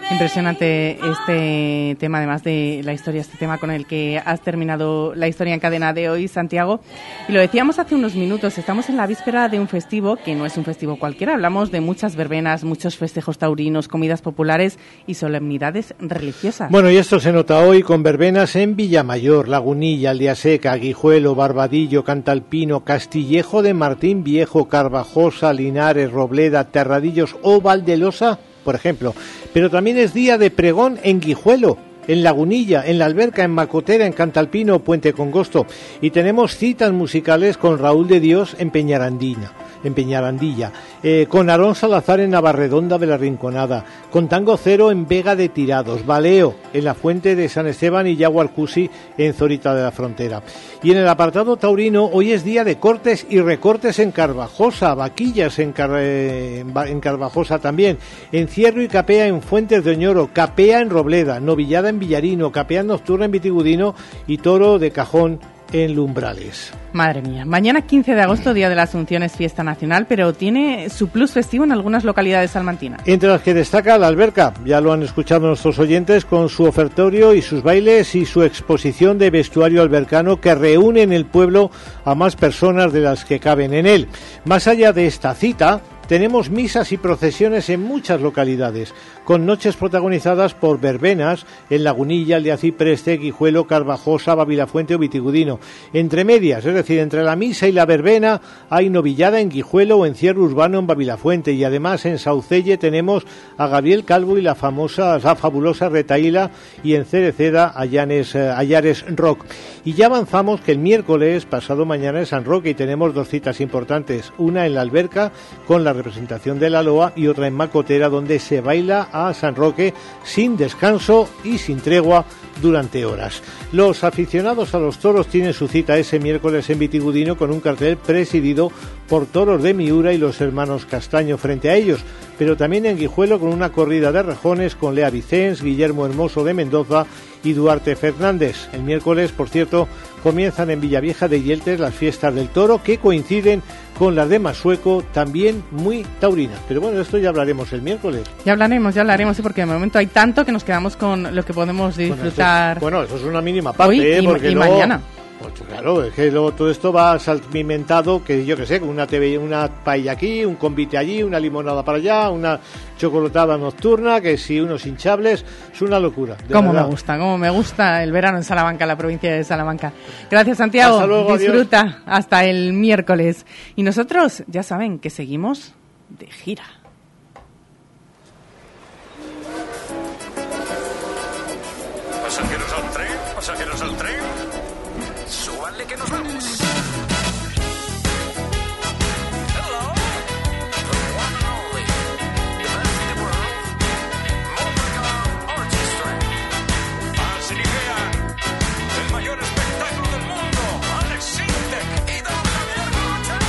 Impresionante este tema, además de la historia, este tema con el que has terminado la historia en cadena de hoy, Santiago. Y lo decíamos hace unos minutos, estamos en la víspera de un festivo que no es un festivo cualquiera. Hablamos de muchas verbenas, muchos festejos taurinos, comidas populares y solemnidades religiosas. Bueno, y esto se nota hoy con verbenas en Villamayor, Lagunilla, Aldeaseca, Guijuelo, Barbadillo, Cantalpino, Castillejo de Martín Viejo, Carvajosa, Linares, Robleda, Terradillos o Valdelosa, por ejemplo. Pero también es día de pregón en Guijuelo, en Lagunilla, en La Alberca, en Macotera, en Cantalpino, Puente Congosto. Y tenemos citas musicales con Raúl de Dios en Peñarandilla, con Aarón Salazar en Navarredonda de la Rinconada, con Tango Cero en Vega de Tirados, Baleo en la Fuente de San Esteban y Yaguarcusi en Zorita de la Frontera. Y en el apartado taurino, hoy es día de cortes y recortes en Carvajosa, vaquillas en Carvajosa también, encierro y capea en Fuentes de Oñoro, capea en Robleda, novillada en Villarino, capea nocturna en Vitigudino y toro de cajón en Lumbrales. Madre mía, mañana 15 de agosto, Día de la Asunción, es fiesta nacional, pero tiene su plus festivo en algunas localidades salmantinas. Entre las que destaca La Alberca, ya lo han escuchado nuestros oyentes, con su ofertorio y sus bailes y su exposición de vestuario albercano que reúne en el pueblo a más personas de las que caben en él. Más allá de esta cita, tenemos misas y procesiones en muchas localidades, con noches protagonizadas por verbenas en Lagunilla, Aldeacipreste, Guijuelo, Carvajosa, Babilafuente o Vitigudino. Entre medias, es decir, entre la misa y la verbena, hay novillada en Guijuelo o encierro urbano en Babilafuente. Y además en Saucelle tenemos a Gabriel Calvo y la fabulosa Retaíla, y en Cereceda Ayares Rock. Y ya avanzamos que el miércoles, pasado mañana, es San Roque y tenemos dos citas importantes. Una en La Alberca, con la representación de la Loa, y otra en Macotera, donde se baila a San Roque sin descanso y sin tregua durante horas. Los aficionados a los toros tienen su cita ese miércoles en Vitigudino con un cartel presidido por toros de Miura y los hermanos Castaño frente a ellos, pero también en Guijuelo con una corrida de rejones con Lea Vicens, Guillermo Hermoso de Mendoza y Duarte Fernández. El miércoles, por cierto, comienzan en Villavieja de Yeltes las fiestas del toro, que coinciden con las de Masueco, también muy taurinas. Pero bueno, de esto ya hablaremos el miércoles. Ya hablaremos, ¿sí? Porque de momento hay tanto que nos quedamos con lo que podemos disfrutar. Bueno, eso es una mínima parte, hoy y porque luego, mañana. Pues claro, es que luego todo esto va salpimentado, que yo que sé, con una paella aquí, un convite allí, una limonada para allá, una chocolatada nocturna, que si unos hinchables, es una locura. Cómo me gusta el verano en Salamanca, la provincia de Salamanca. Gracias, Santiago. Hasta luego, disfruta, adiós. Hasta el miércoles. Y nosotros, ya saben, que seguimos de gira. Pasajeros al tren. Súbanle que nos vamos. Hello. The one and only. The best in the world. Motorcar Orchestra. Sin idea. El mayor espectáculo del mundo. Alex Sintek y Don Javier Gota.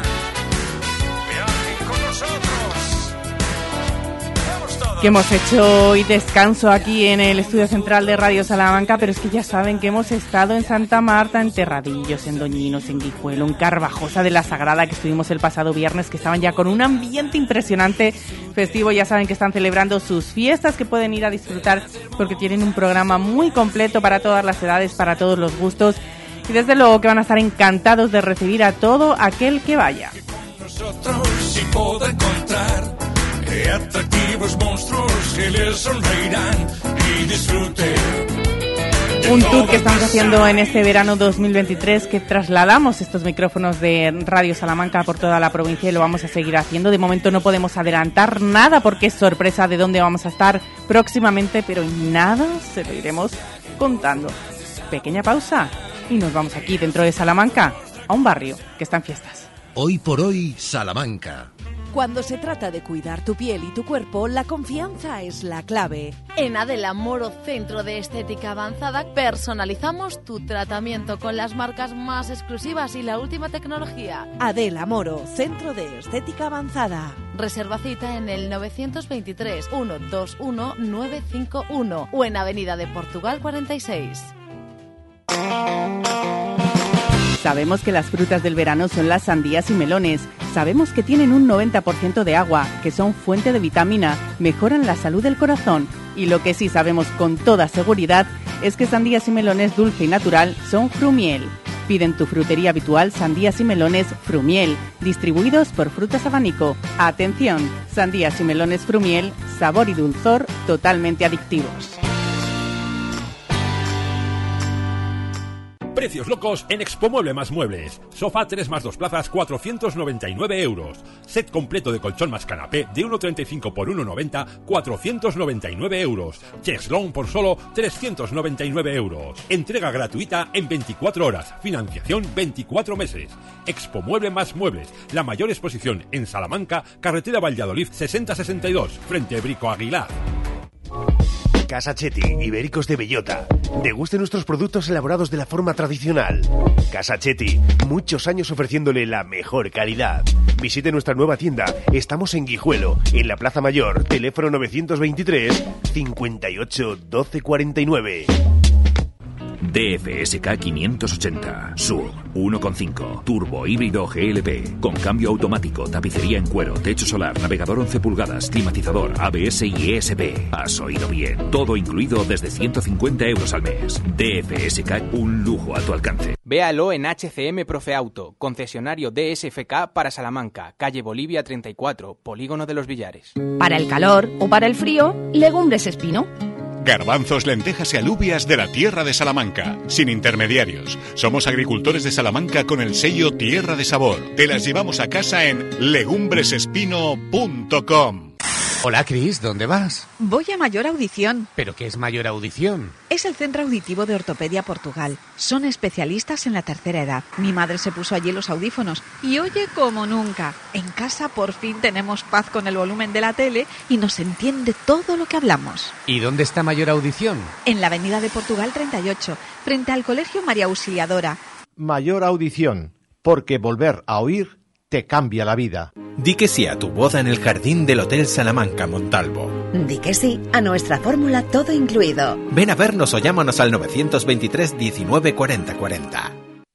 Viajen con nosotros. Vamos todos. Que hemos hecho hoy descanso aquí en el estudio central de Radio Salamanca, pero es que ya saben que hemos estado en Santa Marta, en Terradillos, en Doñinos, en Guijuelo, en Carvajosa de la Sagrada, que estuvimos el pasado viernes, que estaban ya con un ambiente impresionante festivo. Ya saben que están celebrando sus fiestas, que pueden ir a disfrutar porque tienen un programa muy completo para todas las edades, para todos los gustos, y desde luego que van a estar encantados de recibir a todo aquel que vaya. Nosotros sí puedo encontrar atractivos monstruos que les sonreirán y disfruten. Un tour que estamos haciendo en este verano 2023, que trasladamos estos micrófonos de Radio Salamanca por toda la provincia y lo vamos a seguir haciendo. De momento no podemos adelantar nada porque es sorpresa de dónde vamos a estar próximamente, pero en nada se lo iremos contando. Pequeña pausa y nos vamos aquí dentro de Salamanca a un barrio que está en fiestas. Hoy por hoy, Salamanca. Cuando se trata de cuidar tu piel y tu cuerpo, la confianza es la clave. En Adela Moro Centro de Estética Avanzada personalizamos tu tratamiento con las marcas más exclusivas y la última tecnología. Adela Moro Centro de Estética Avanzada. Reserva cita en el 923 121 951 o en Avenida de Portugal 46. Sabemos que las frutas del verano son las sandías y melones. Sabemos que tienen un 90% de agua, que son fuente de vitamina, mejoran la salud del corazón. Y lo que sí sabemos con toda seguridad es que sandías y melones dulce y natural son Frumiel. Pide en tu frutería habitual sandías y melones Frumiel, distribuidos por Frutas Abanico. Atención, sandías y melones Frumiel, sabor y dulzor totalmente adictivos. Precios locos en Expomueble más Muebles. Sofá 3 más 2 plazas, 499 euros. Set completo de colchón más canapé de 1,35 por 1,90, 499 euros. Cheslong por solo 399 euros. Entrega gratuita en 24 horas. Financiación 24 meses. Expomueble más Muebles. La mayor exposición en Salamanca, carretera Valladolid 6062, frente a Brico Aguilar. Casa Chetti, Ibéricos de Bellota. Deguste nuestros productos elaborados de la forma tradicional. Casa Chetti, muchos años ofreciéndole la mejor calidad. Visite nuestra nueva tienda. Estamos en Guijuelo, en la Plaza Mayor. Teléfono 923 58 12 49. DFSK 580 Sur 1.5 turbo híbrido GLP con cambio automático, tapicería en cuero, techo solar, navegador 11 pulgadas, climatizador, ABS y ESP. Has oído bien, todo incluido desde 150 euros al mes. DFSK, un lujo a tu alcance. Véalo en HCM Profe Auto, concesionario DSFK para Salamanca, calle Bolivia 34, Polígono de los Villares. Para el calor o para el frío, Legumbres Espino. Garbanzos, lentejas y alubias de la tierra de Salamanca, sin intermediarios. Somos agricultores de Salamanca con el sello Tierra de Sabor. Te las llevamos a casa en legumbresespino.com. Hola, Cris, ¿dónde vas? Voy a Mayor Audición. ¿Pero qué es Mayor Audición? Es el Centro Auditivo de Ortopedia Portugal. Son especialistas en la tercera edad. Mi madre se puso allí los audífonos y oye como nunca. En casa por fin tenemos paz con el volumen de la tele y nos entiende todo lo que hablamos. ¿Y dónde está Mayor Audición? En la Avenida de Portugal 38, frente al Colegio María Auxiliadora. Mayor Audición, porque volver a oír te cambia la vida. Di que sí a tu boda en el jardín del Hotel Salamanca Montalvo. Di que sí a nuestra fórmula todo incluido. Ven a vernos o llámanos al 923 19 40 40.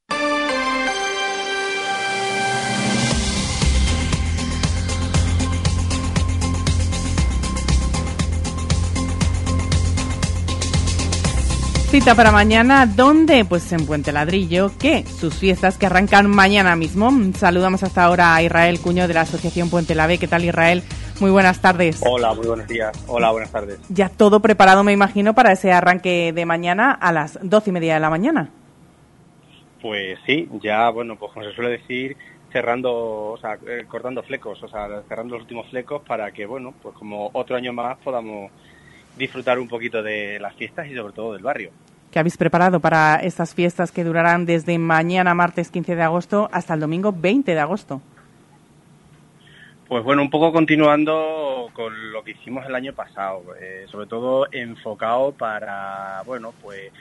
Cita para mañana, ¿dónde? Pues en Puente Ladrillo, ¿qué? Sus fiestas que arrancan mañana mismo. Saludamos hasta ahora a Israel Cuño de la Asociación Puente Lave. ¿Qué tal, Israel? Muy buenas tardes. Hola, muy buenos días. Hola, buenas tardes. Ya todo preparado, me imagino, para ese arranque de mañana a las 12:30 de la mañana. Pues sí, ya, bueno, pues como se suele decir, cerrando, o sea, cortando flecos, o sea, cerrando los últimos flecos para que, bueno, pues como otro año más podamos disfrutar un poquito de las fiestas y sobre todo del barrio. ¿Qué habéis preparado para estas fiestas que durarán desde mañana, martes 15 de agosto, hasta el domingo 20 de agosto? Pues bueno, un poco continuando con lo que hicimos el año pasado, sobre todo enfocado para, bueno, pues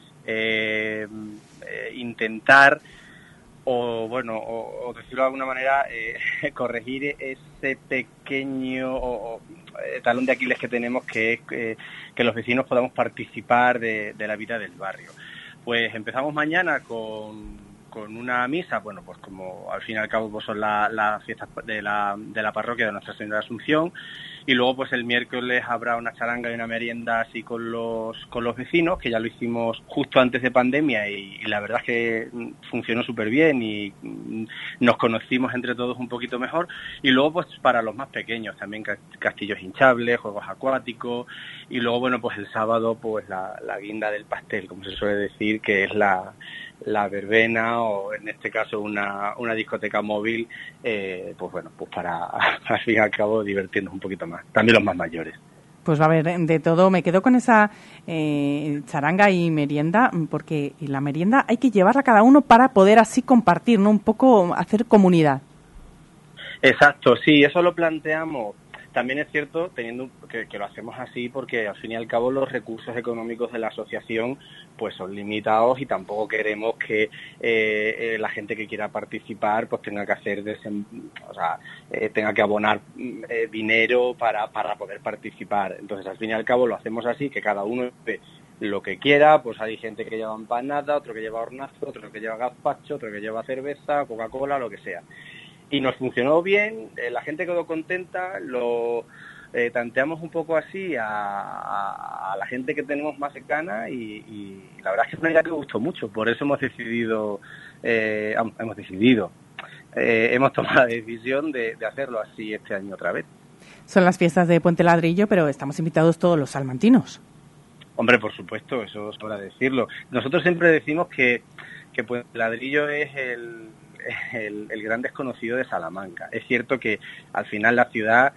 intentar o decirlo de alguna manera, corregir ese pequeño talón de Aquiles que tenemos, que es que los vecinos podamos participar de la vida del barrio. Pues empezamos mañana con una misa, bueno, pues como al fin y al cabo pues son las fiestas de la parroquia de Nuestra Señora de Asunción, y luego pues el miércoles habrá una charanga y una merienda así con los vecinos, que ya lo hicimos justo antes de pandemia y la verdad es que funcionó súper bien y nos conocimos entre todos un poquito mejor. Y luego pues para los más pequeños también castillos hinchables, juegos acuáticos, y luego bueno pues el sábado pues la guinda del pastel, como se suele decir, que es la verbena, o en este caso una discoteca móvil, pues bueno, pues para al fin y al cabo divertirnos un poquito más, también los más mayores. Pues va a haber de todo. Me quedo con esa charanga y merienda, porque la merienda hay que llevarla cada uno para poder así compartir, ¿no? Un poco hacer comunidad. Exacto, sí, eso lo planteamos. También es cierto, teniendo que lo hacemos así, porque al fin y al cabo los recursos económicos de la asociación pues son limitados y tampoco queremos que la gente que quiera participar pues tenga que hacer tenga que abonar dinero para poder participar. Entonces al fin y al cabo lo hacemos así, que cada uno ve lo que quiera. Pues hay gente que lleva empanada, otro que lleva hornazo, otro que lleva gazpacho, otro que lleva cerveza, Coca-Cola, lo que sea. Y nos funcionó bien, la gente quedó contenta, tanteamos un poco así a la gente que tenemos más cercana y la verdad es que es una idea que me gustó mucho, por eso hemos tomado la decisión de hacerlo así este año otra vez. Son las fiestas de Puente Ladrillo, pero estamos invitados todos los salmantinos. Hombre, por supuesto, eso sobra decirlo. Nosotros siempre decimos que Puente Ladrillo es el gran desconocido de Salamanca. Es cierto que al final la ciudad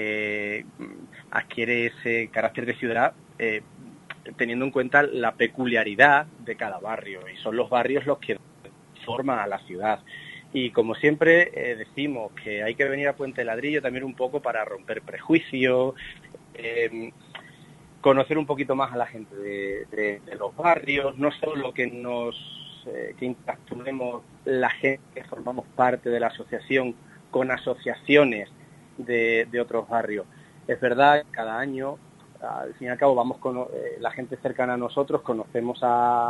adquiere ese carácter de ciudad teniendo en cuenta la peculiaridad de cada barrio, y son los barrios los que forman a la ciudad. Y como siempre decimos que hay que venir a Puente Ladrillo también un poco para romper prejuicios, conocer un poquito más a la gente de los barrios, no solo que que interactuemos la gente que formamos parte de la asociación con asociaciones de otros barrios. Es verdad, cada año, al fin y al cabo, vamos con la gente cercana a nosotros, conocemos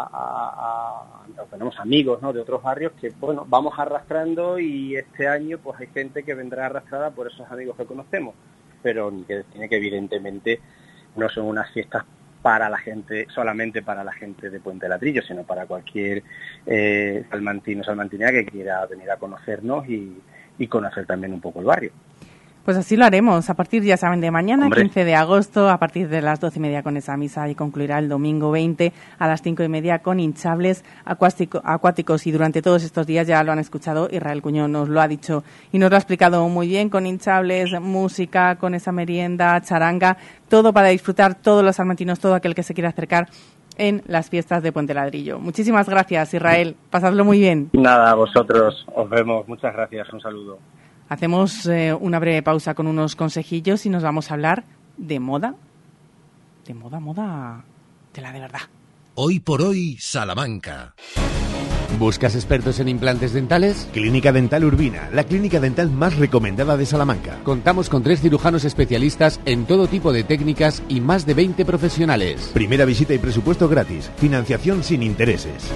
tenemos amigos, ¿no?, de otros barrios que, bueno, vamos arrastrando, y este año pues hay gente que vendrá arrastrada por esos amigos que conocemos, pero que tiene que, evidentemente, no son unas fiestas para la gente, solamente para la gente de Puente Ladrillo, sino para cualquier salmantino o salmantina que quiera venir a conocernos y conocer también un poco el barrio. Pues así lo haremos, a partir, ya saben, de mañana, Hombre. 15 de agosto, a partir de las 12:30 con esa misa, y concluirá el domingo 20 a las 5:30 con hinchables acuáticos, y durante todos estos días, ya lo han escuchado, Israel Cuñón nos lo ha dicho y nos lo ha explicado muy bien, con hinchables, música, con esa merienda, charanga, todo para disfrutar todos los salmantinos, todo aquel que se quiera acercar en las fiestas de Puente Ladrillo. Muchísimas gracias, Israel, pasadlo muy bien. Nada, a vosotros, os vemos, muchas gracias, un saludo. Hacemos una breve pausa con unos consejillos y nos vamos a hablar de moda. De moda de la de verdad. Hoy por hoy, Salamanca. ¿Buscas expertos en implantes dentales? Clínica Dental Urbina, la clínica dental más recomendada de Salamanca. Contamos con 3 cirujanos especialistas en todo tipo de técnicas y más de 20 profesionales. Primera visita y presupuesto gratis. Financiación sin intereses.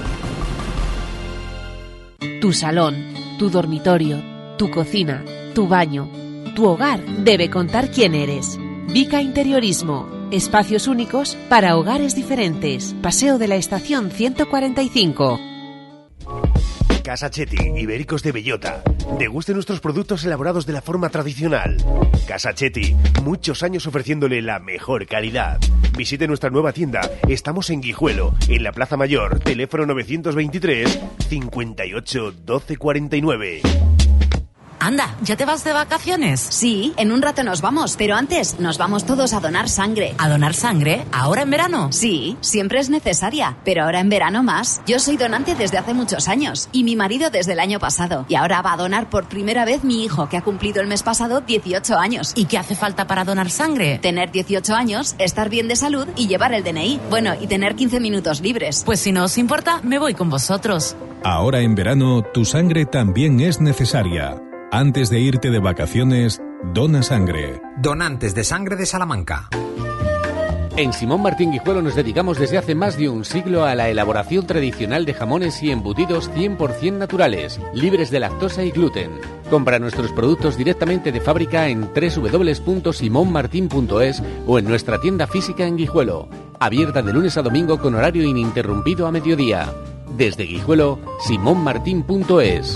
Tu salón, tu dormitorio, tu cocina, tu baño, tu hogar debe contar quién eres. Vica Interiorismo. Espacios únicos para hogares diferentes. Paseo de la Estación 145. Casa Chetti, Ibéricos de Bellota. Deguste nuestros productos elaborados de la forma tradicional. Casa Chetti, muchos años ofreciéndole la mejor calidad. Visite nuestra nueva tienda. Estamos en Guijuelo, en la Plaza Mayor. Teléfono 923 58 12 49. Anda, ¿ya te vas de vacaciones? Sí, en un rato nos vamos, pero antes nos vamos todos a donar sangre. ¿A donar sangre? ¿Ahora en verano? Sí, siempre es necesaria, pero ahora en verano más. Yo soy donante desde hace muchos años y mi marido desde el año pasado. Y ahora va a donar por primera vez mi hijo, que ha cumplido el mes pasado 18 años. ¿Y qué hace falta para donar sangre? Tener 18 años, estar bien de salud y llevar el DNI. Bueno, y tener 15 minutos libres. Pues si no os importa, me voy con vosotros. Ahora en verano, tu sangre también es necesaria. Antes de irte de vacaciones, dona sangre. Donantes de Sangre de Salamanca. En Simón Martín Guijuelo nos dedicamos desde hace más de un siglo a la elaboración tradicional de jamones y embutidos 100% naturales, libres de lactosa y gluten. Compra nuestros productos directamente de fábrica en www.simonmartin.es o en nuestra tienda física en Guijuelo, abierta de lunes a domingo con horario ininterrumpido a mediodía. Desde Guijuelo, simonmartin.es.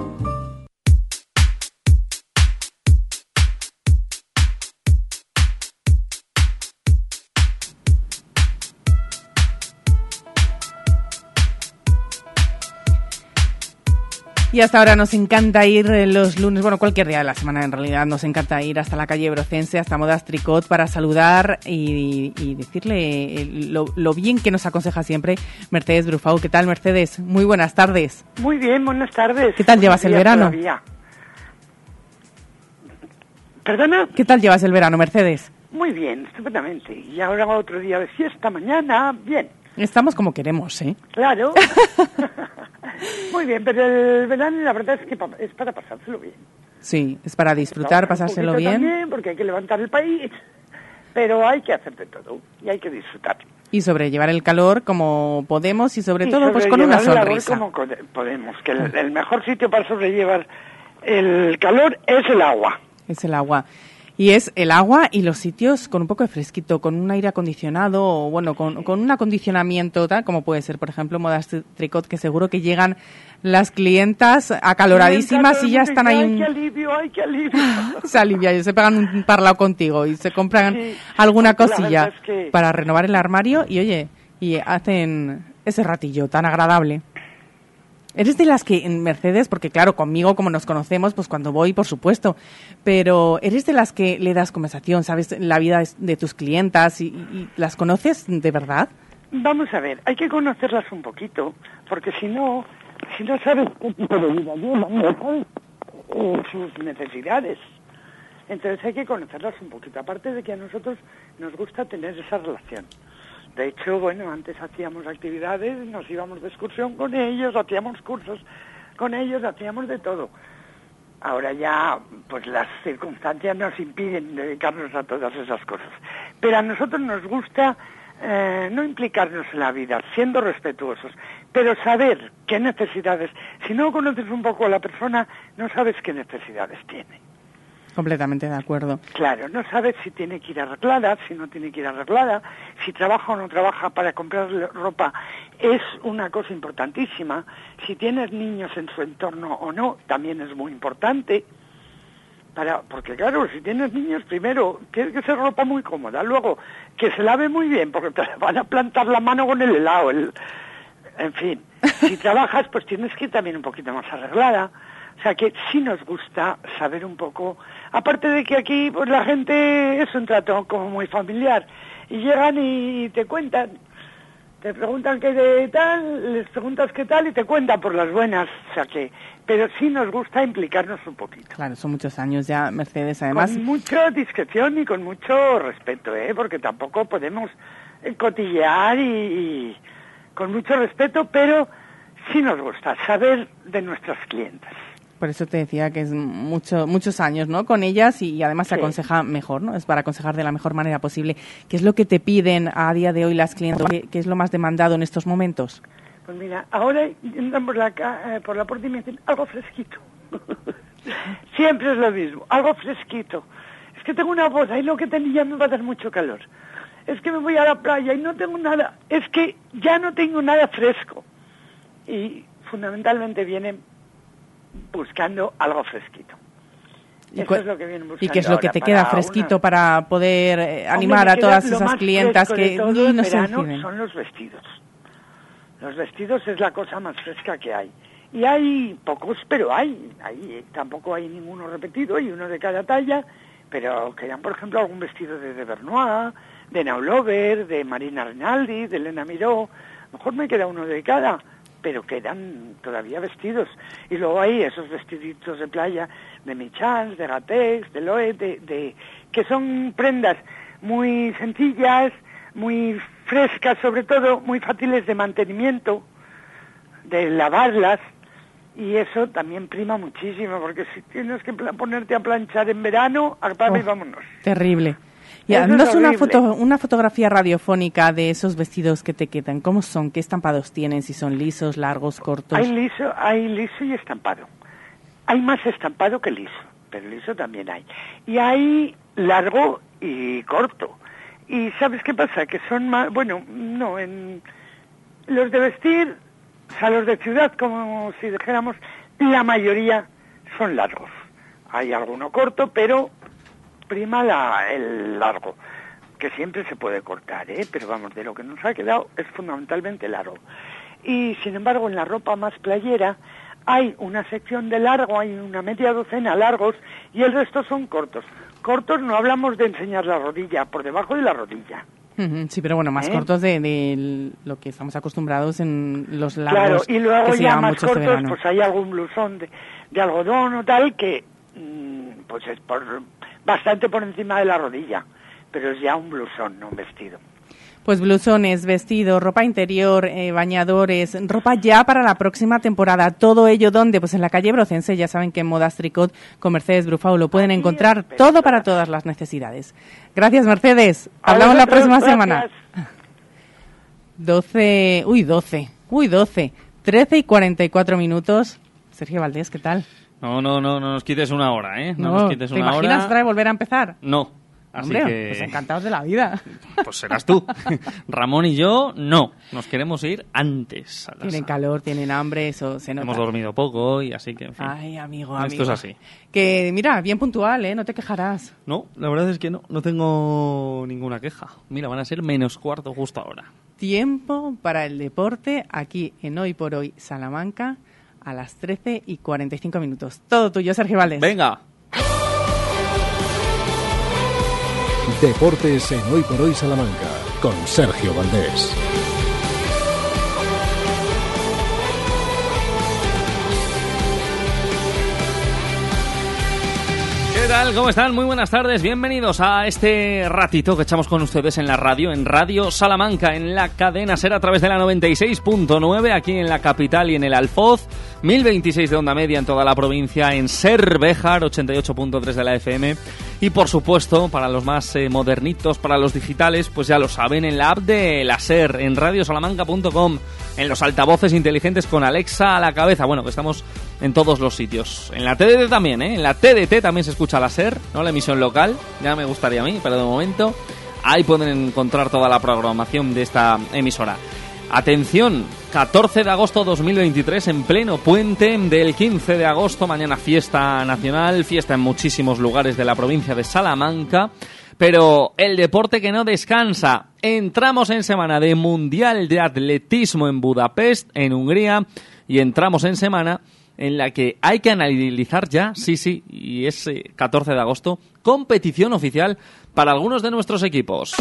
Y hasta ahora nos encanta ir los lunes, bueno, cualquier día de la semana en realidad, nos encanta ir hasta la calle Brocense, hasta Modas Tricot, para saludar y decirle lo bien que nos aconseja siempre Mercedes Brufau. ¿Qué tal, Mercedes? Muy buenas tardes. Muy bien, buenas tardes. ¿Qué tal llevas el verano? Todavía. ¿Perdona? ¿Qué tal llevas el verano, Mercedes? Muy bien, estupendamente. Y ahora otro día de fiesta, mañana, bien. Estamos como queremos, ¿eh? Claro. Muy bien, pero el verano la verdad es que es para pasárselo bien. Sí, es para disfrutar, pasárselo bien. También, porque hay que levantar el país, pero hay que hacer de todo y hay que disfrutar. Y sobrellevar el calor como podemos y sobre todo pues con una sonrisa. Como podemos, que el mejor sitio para sobrellevar el calor es el agua. Es el agua. Y es el agua y los sitios con un poco de fresquito, con un aire acondicionado o, bueno, con un acondicionamiento tal, como puede ser, por ejemplo, Modas Tricot, que seguro que llegan las clientas acaloradísimas y ya están ahí. ¡Ay, qué alivio, ay, qué alivio! Se alivia y se pegan un parlao contigo y se compran alguna cosilla para renovar el armario y, oye, y hacen ese ratillo tan agradable. Eres de las que, en Mercedes, porque claro, conmigo, como nos conocemos, pues cuando voy, por supuesto, pero eres de las que le das conversación, sabes la vida de tus clientas y las conoces de verdad. Vamos a ver, hay que conocerlas un poquito, porque si no sabes qué tipo de vida llevan, no sabes sus necesidades. Entonces hay que conocerlas un poquito, aparte de que a nosotros nos gusta tener esa relación. De hecho, bueno, antes hacíamos actividades, nos íbamos de excursión con ellos, hacíamos cursos con ellos, hacíamos de todo. Ahora ya, pues las circunstancias nos impiden dedicarnos a todas esas cosas. Pero a nosotros nos gusta no implicarnos en la vida, siendo respetuosos, pero saber qué necesidades. Si no conoces un poco a la persona, no sabes qué necesidades tiene. Completamente de acuerdo. Claro, no sabes si tiene que ir arreglada, si no tiene que ir arreglada, si trabaja o no trabaja para comprarle ropa, es una cosa importantísima. Si tienes niños en su entorno o no, también es muy importante. Porque claro, si tienes niños, primero, tiene que ser ropa muy cómoda, luego, que se lave muy bien, porque te van a plantar la mano con el helado. En fin, si trabajas, pues tienes que ir también un poquito más arreglada. O sea que sí nos gusta saber un poco, aparte de que aquí pues la gente es un trato como muy familiar y llegan y te cuentan, te preguntan qué de tal, les preguntas qué tal y te cuentan por las buenas, o sea que, pero sí nos gusta implicarnos un poquito. Claro, son muchos años ya, Mercedes, además. Con mucha discreción y con mucho respeto, porque tampoco podemos cotillear y con mucho respeto, pero sí nos gusta saber de nuestras clientas. Por eso te decía que es muchos años, ¿no? Con ellas y además se aconseja mejor, ¿no? Es para aconsejar de la mejor manera posible. ¿Qué es lo que te piden a día de hoy las clientes? ¿Qué es lo más demandado en estos momentos? Pues mira, ahora entran por la puerta y me dicen algo fresquito. Siempre es lo mismo, algo fresquito. Es que tengo una boda y lo que tenía me va a dar mucho calor. Es que me voy a la playa y no tengo nada. Es que ya no tengo nada fresco. Y fundamentalmente vienen buscando algo fresquito. Eso es lo que vienen buscando. ¿Y qué es lo que te queda fresquito para poder animar a todas esas clientas que no se deciden? Son los vestidos. Los vestidos es la cosa más fresca que hay. Y hay pocos, pero hay tampoco hay ninguno repetido, hay uno de cada talla, pero quedan, por ejemplo, algún vestido de Vernois, de Naulover, de Marina Rinaldi, de Elena Miró. A lo mejor me queda uno de cada, pero quedan todavía vestidos. Y luego hay esos vestiditos de playa de Michals, de Gatex, de Loewe, que son prendas muy sencillas, muy frescas, sobre todo muy fáciles de mantenimiento, de lavarlas, y eso también prima muchísimo, porque si tienes que ponerte a planchar en verano, apaga y vámonos. Terrible. Y haznos una fotografía radiofónica de esos vestidos que te quedan. ¿Cómo son? ¿Qué estampados tienen? Si son lisos, largos, cortos. Hay liso y estampado. Hay más estampado que liso, pero liso también hay. Y hay largo y corto. Y ¿sabes qué pasa? Que son más, bueno, no, en los de vestir, o sea, los de ciudad, como si dijéramos, la mayoría son largos. Hay alguno corto, pero prima el largo, que siempre se puede cortar, pero vamos, de lo que nos ha quedado es fundamentalmente largo. Y sin embargo, en la ropa más playera hay una sección de largo, hay una media docena largos y el resto son cortos. Cortos no hablamos de enseñar la rodilla, por debajo de la rodilla. Sí, pero bueno, más cortos de lo que estamos acostumbrados en los largos. Claro, y luego ya más cortos, pues hay algún blusón de algodón o tal que pues es bastante por encima de la rodilla, pero es ya un blusón, no un vestido. Pues blusones, vestido, ropa interior, bañadores, ropa ya para la próxima temporada. Todo ello, ¿dónde? Pues en la calle Brocense. Ya saben que en Modas Tricot con Mercedes Brufau lo pueden encontrar todo para todas las necesidades. Gracias, Mercedes. Hablamos la próxima semana. 12. 13 y 44 minutos. Sergio Valdés, ¿qué tal? No nos quites una hora, ¿eh? No nos quites una hora. ¿Te imaginas otra vez volver a empezar? No. Así Hombre, que... pues encantados de la vida. Pues serás tú. Ramón y yo, no. Nos queremos ir antes a casa. Tienen calor, tienen hambre, eso se nota. Hemos dormido poco y así que, en fin. Ay, amigo. Esto es así. Que, mira, bien puntual, ¿eh? No te quejarás. No, la verdad es que no tengo ninguna queja. Mira, van a ser -4 justo ahora. Tiempo para el deporte aquí en Hoy por Hoy Salamanca a las 13:45. Todo tuyo, Sergio Valdés. Venga. Deportes en Hoy por Hoy Salamanca, con Sergio Valdés. ¿Qué tal? ¿Cómo están? Muy buenas tardes. Bienvenidos a este ratito que echamos con ustedes en la radio, en Radio Salamanca, en la cadena SER a través de la 96.9, aquí en la capital y en el Alfoz, 1026 de onda media en toda la provincia, en SER Béjar, 88.3 de la FM. Y por supuesto, para los más modernitos, para los digitales, pues ya lo saben, en la app de la SER, en radiosalamanca.com, en los altavoces inteligentes con Alexa a la cabeza. Bueno, que estamos en todos los sitios. En la TDT también, ¿eh? En la TDT también se escucha la SER, ¿no? La emisión local, ya me gustaría a mí, pero de momento ahí pueden encontrar toda la programación de esta emisora. Atención, 14 de agosto 2023, en pleno puente del 15 de agosto, mañana fiesta nacional, fiesta en muchísimos lugares de la provincia de Salamanca, pero el deporte que no descansa. Entramos en semana de Mundial de Atletismo en Budapest, en Hungría, y entramos en semana en la que hay que analizar ya, sí, y es 14 de agosto, competición oficial para algunos de nuestros equipos.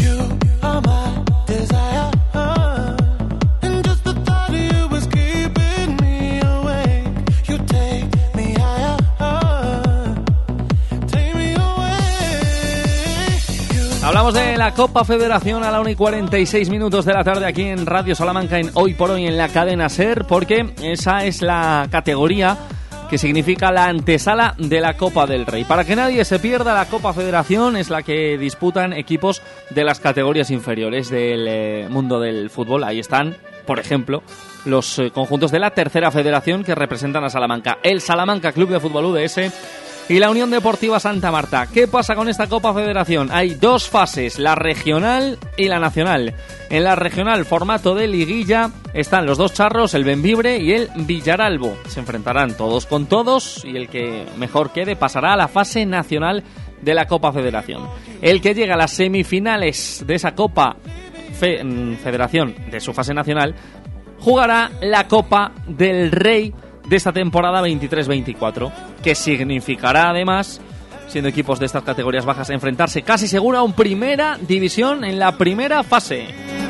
Hablamos de la Copa Federación a la 1:46 de la tarde aquí en Radio Salamanca, en Hoy por Hoy en la cadena SER, porque esa es la categoría que significa la antesala de la Copa del Rey. Para que nadie se pierda, la Copa Federación es la que disputan equipos de las categorías inferiores del mundo del fútbol. Ahí están, por ejemplo, los conjuntos de la Tercera Federación que representan a Salamanca. El Salamanca Club de Fútbol UDS y la Unión Deportiva Santa Marta. ¿Qué pasa con esta Copa Federación? Hay dos fases, la regional y la nacional. En la regional, formato de liguilla, están los dos charros, el Bembibre y el Villaralbo. Se enfrentarán todos con todos y el que mejor quede pasará a la fase nacional de la Copa Federación. El que llega a las semifinales de esa Copa Federación, de su fase nacional, jugará la Copa del Rey de esta temporada 23-24, que significará además, siendo equipos de estas categorías bajas, enfrentarse casi seguro a un primera división en la primera fase.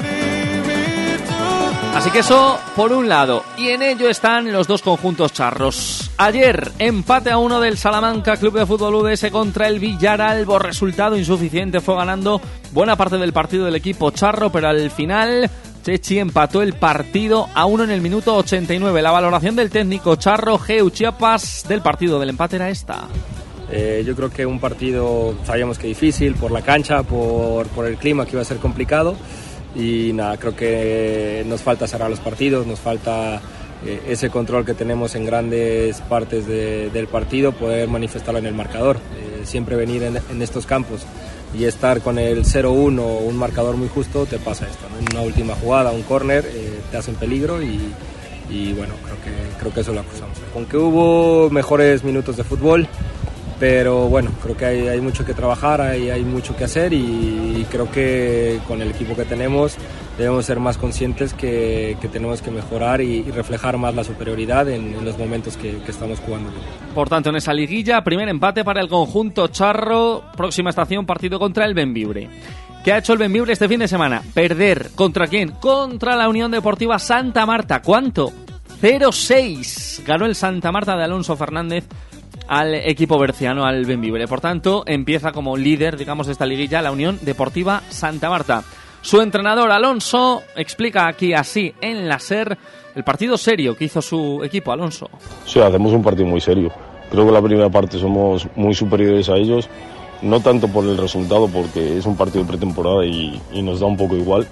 Así que eso por un lado, y en ello están los dos conjuntos charros. Ayer, empate a 1 del Salamanca Club de Fútbol UDS contra el Villaralbo, resultado insuficiente, fue ganando buena parte del partido del equipo charro, pero al final Chechi empató el partido a 1 en el minuto 89. La valoración del técnico charro Geu Chiapas del partido del empate era esta. Yo creo que un partido, sabíamos que difícil por la cancha, por el clima, que iba a ser complicado, y nada, creo que nos falta cerrar los partidos, nos falta ese control que tenemos en grandes partes del partido, poder manifestarlo en el marcador. Siempre venir en estos campos y estar con el 0-1, un marcador muy justo, te pasa esto, ¿no? En una última jugada, un córner, te hacen peligro y bueno, creo que eso lo acusamos. Aunque hubo mejores minutos de fútbol, pero bueno, creo que hay mucho que trabajar, hay mucho que hacer y creo que con el equipo que tenemos debemos ser más conscientes que tenemos que mejorar y reflejar más la superioridad en los momentos que estamos jugando. Por tanto, en esa liguilla, primer empate para el conjunto charro, próxima estación, partido contra el Bembibre. ¿Qué ha hecho el Bembibre este fin de semana? Perder. ¿Contra quién? Contra la Unión Deportiva Santa Marta. ¿Cuánto? 0-6. Ganó el Santa Marta de Alonso Fernández al equipo berciano, al Bembibre. Por tanto, empieza como líder, digamos, de esta liguilla la Unión Deportiva Santa Marta. Su entrenador Alonso explica aquí así en la SER el partido serio que hizo su equipo. Alonso. Sí, hacemos un partido muy serio. Creo que la primera parte somos muy superiores a ellos, no tanto por el resultado, porque es un partido de pretemporada y nos da un poco igual,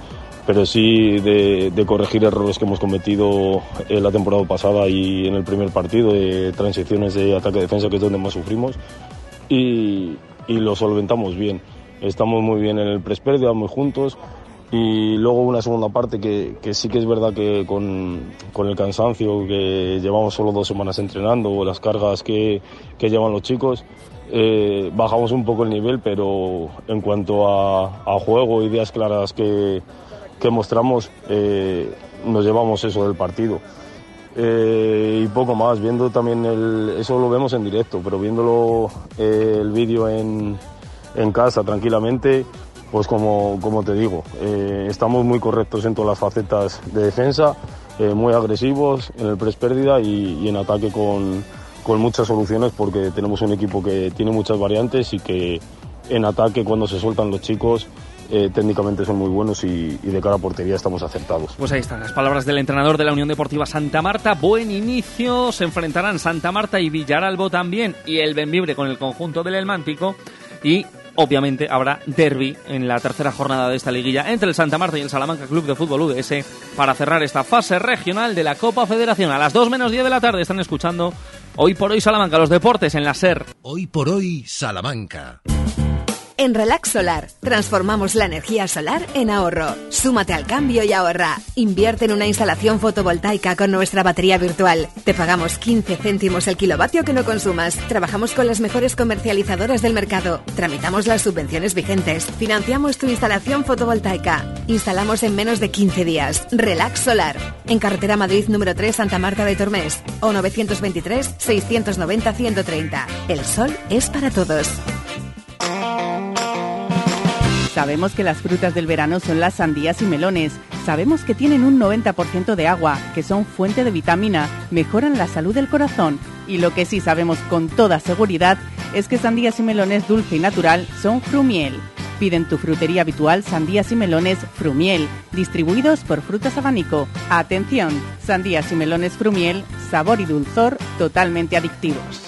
pero sí de corregir errores que hemos cometido la temporada pasada y en el primer partido, de transiciones de ataque-defensa, que es donde más sufrimos, y lo solventamos bien. Estamos muy bien en el prespérdida, muy juntos, y luego una segunda parte que sí que es verdad que con el cansancio, que llevamos solo 2 semanas entrenando, o las cargas que llevan los chicos, bajamos un poco el nivel, pero en cuanto a juego, ideas claras que mostramos, nos llevamos eso del partido. Y poco más, viendo también eso lo vemos en directo, pero viéndolo el vídeo en casa tranquilamente, pues como te digo, estamos muy correctos en todas las facetas de defensa, muy agresivos en el prespérdida y en ataque con muchas soluciones, porque tenemos un equipo que tiene muchas variantes y que en ataque, cuando se sueltan los chicos, técnicamente son muy buenos y de cara a portería estamos acertados. Pues ahí están las palabras del entrenador de la Unión Deportiva Santa Marta. Buen inicio, se enfrentarán Santa Marta y Villaralbo también, y el Bembibre con el conjunto del Elmántico, y obviamente habrá derbi en la tercera jornada de esta liguilla entre el Santa Marta y el Salamanca Club de Fútbol UDS para cerrar esta fase regional de la Copa Federación. A las 2:10 de la tarde están escuchando Hoy por Hoy Salamanca, los deportes en la SER. Hoy por Hoy Salamanca. En Relax Solar, transformamos la energía solar en ahorro. Súmate al cambio y ahorra. Invierte en una instalación fotovoltaica con nuestra batería virtual. Te pagamos 15 céntimos el kilovatio que no consumas. Trabajamos con las mejores comercializadoras del mercado. Tramitamos las subvenciones vigentes. Financiamos tu instalación fotovoltaica. Instalamos en menos de 15 días. Relax Solar. En carretera Madrid número 3, Santa Marta de Tormés. O 923-690-130. El sol es para todos. Sabemos que las frutas del verano son las sandías y melones. Sabemos que tienen un 90% de agua, que son fuente de vitamina, mejoran la salud del corazón. Y lo que sí sabemos con toda seguridad es que sandías y melones dulce y natural son Frumiel. Pide en tu frutería habitual sandías y melones Frumiel, distribuidos por Frutas Abanico. Atención, sandías y melones Frumiel, sabor y dulzor totalmente adictivos.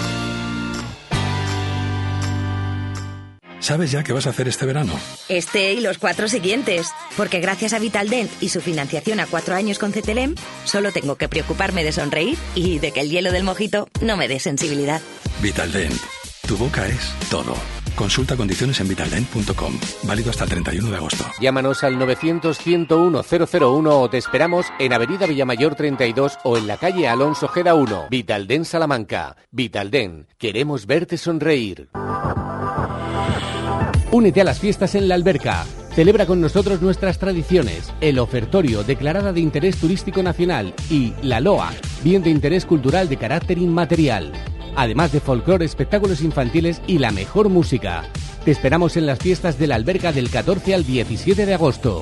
¿Sabes ya qué vas a hacer este verano? Este y los 4 siguientes. Porque gracias a Vitaldent y su financiación a 4 años con CTLM, solo tengo que preocuparme de sonreír y de que el hielo del mojito no me dé sensibilidad. Vitaldent. Tu boca es todo. Consulta condiciones en vitaldent.com. Válido hasta el 31 de agosto. Llámanos al 900-101-001 o te esperamos en Avenida Villamayor 32 o en la calle Alonso Ojeda 1. Vitaldent Salamanca. Vitaldent. Queremos verte sonreír. Únete a las fiestas en La Alberca. Celebra con nosotros nuestras tradiciones, el ofertorio, declarada de interés turístico nacional, y la LOA, bien de interés cultural de carácter inmaterial. Además de folclore, espectáculos infantiles y la mejor música. Te esperamos en las fiestas de La Alberca del 14 al 17 de agosto.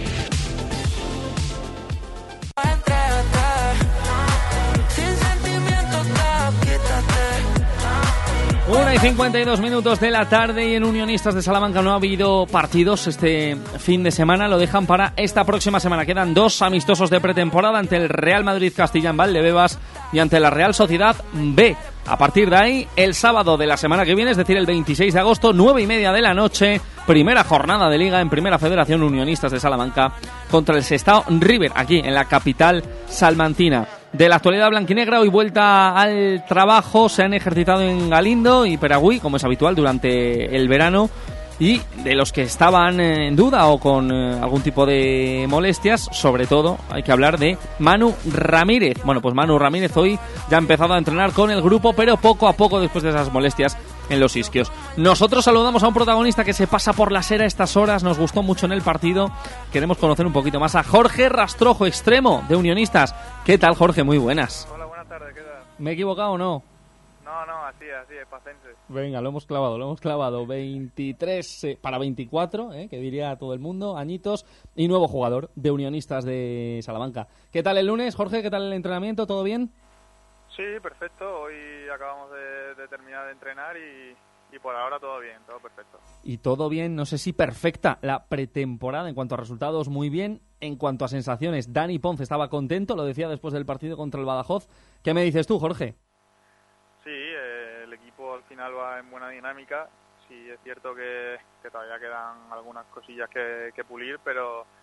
1:52 de la tarde, y en Unionistas de Salamanca no ha habido partidos este fin de semana. Lo dejan para esta próxima semana. Quedan 2 amistosos de pretemporada ante el Real Madrid Castilla en Valdebebas y ante la Real Sociedad B. A partir de ahí, el sábado de la semana que viene, es decir, el 26 de agosto, 9:30 de la noche, primera jornada de Liga en Primera Federación, Unionistas de Salamanca contra el Sestao River, aquí en la capital salmantina. De la actualidad blanquinegra, hoy vuelta al trabajo, se han ejercitado en Galindo y Peragüí, como es habitual durante el verano, y de los que estaban en duda o con algún tipo de molestias, sobre todo hay que hablar de Manu Ramírez. Bueno, pues Manu Ramírez hoy ya ha empezado a entrenar con el grupo, pero poco a poco después de esas molestias en los isquios. Nosotros saludamos a un protagonista que se pasa por la SER a estas horas, nos gustó mucho en el partido, queremos conocer un poquito más a Jorge Rastrojo, extremo de Unionistas. ¿Qué tal, Jorge? Muy buenas. Hola, buenas tardes, ¿qué tal? ¿Me he equivocado o no? No, así es, pacense. Venga, lo hemos clavado. 23 para 24, que diría todo el mundo, añitos, y nuevo jugador de Unionistas de Salamanca. ¿Qué tal el lunes, Jorge? ¿Qué tal el entrenamiento? ¿Todo bien? Sí, perfecto. Hoy acabamos de terminar de entrenar y por ahora todo bien, todo perfecto. Y todo bien, no sé si perfecta la pretemporada en cuanto a resultados, muy bien. En cuanto a sensaciones, Dani Ponce estaba contento, lo decía después del partido contra el Badajoz. ¿Qué me dices tú, Jorge? Sí, el equipo al final va en buena dinámica. Sí, es cierto que todavía quedan algunas cosillas que pulir, pero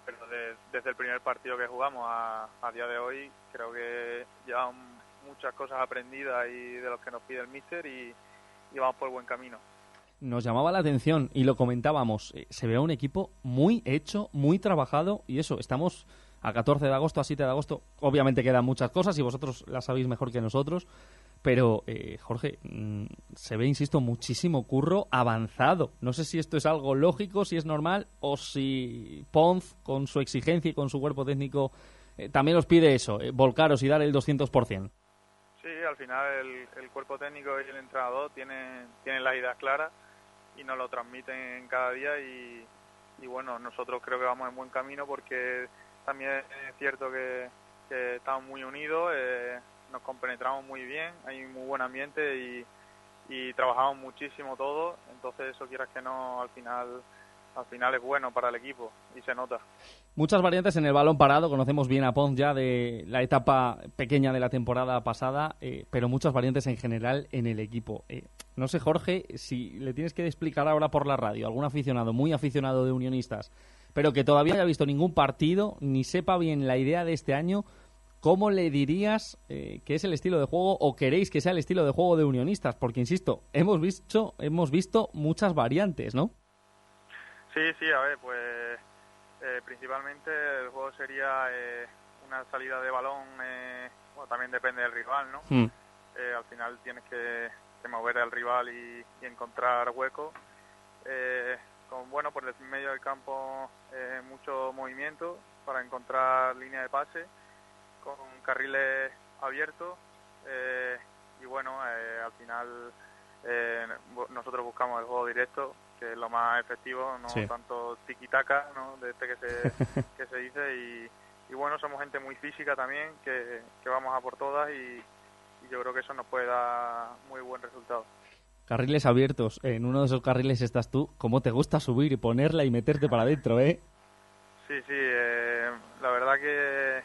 desde el primer partido que jugamos a día de hoy, creo que llevamos muchas cosas aprendidas y de los que nos pide el míster y vamos por buen camino. Nos llamaba la atención y lo comentábamos, se ve un equipo muy hecho, muy trabajado y eso, estamos a 14 de agosto, a 7 de agosto, obviamente quedan muchas cosas y vosotros las sabéis mejor que nosotros, pero Jorge, se ve, insisto, muchísimo curro avanzado. No sé si esto es algo lógico, si es normal o si Ponz, con su exigencia y con su cuerpo técnico, también os pide eso, volcaros y dar el 200%. Sí, al final el cuerpo técnico y el entrenador tienen las ideas claras y nos lo transmiten cada día y bueno, nosotros creo que vamos en buen camino porque también es cierto que estamos muy unidos, nos compenetramos muy bien, hay muy buen ambiente y trabajamos muchísimo todos, entonces eso, quieras que no, al final es bueno para el equipo y se nota. Muchas variantes en el balón parado, conocemos bien a Ponz ya de la etapa pequeña de la temporada pasada, pero muchas variantes en general en el equipo. No sé, Jorge, si le tienes que explicar ahora por la radio a algún aficionado, muy aficionado de Unionistas, pero que todavía no haya visto ningún partido, ni sepa bien la idea de este año, ¿cómo le dirías que es el estilo de juego o queréis que sea el estilo de juego de Unionistas? Porque, insisto, hemos visto muchas variantes, ¿no? Sí, a ver, pues principalmente el juego sería una salida de balón, bueno, también depende del rival, ¿no? Al final tienes que mover al rival y encontrar huecos. Por el medio del campo mucho movimiento para encontrar línea de pase, con carriles abiertos y al final nosotros buscamos el juego directo, que es lo más efectivo, no tanto tiki-taka, ¿no? De que se dice y bueno, somos gente muy física también, que vamos a por todas y yo creo que eso nos puede dar muy buen resultado. Carriles abiertos, en uno de esos carriles estás tú. ¿Cómo te gusta subir y ponerla y meterte para adentro, Sí, la verdad que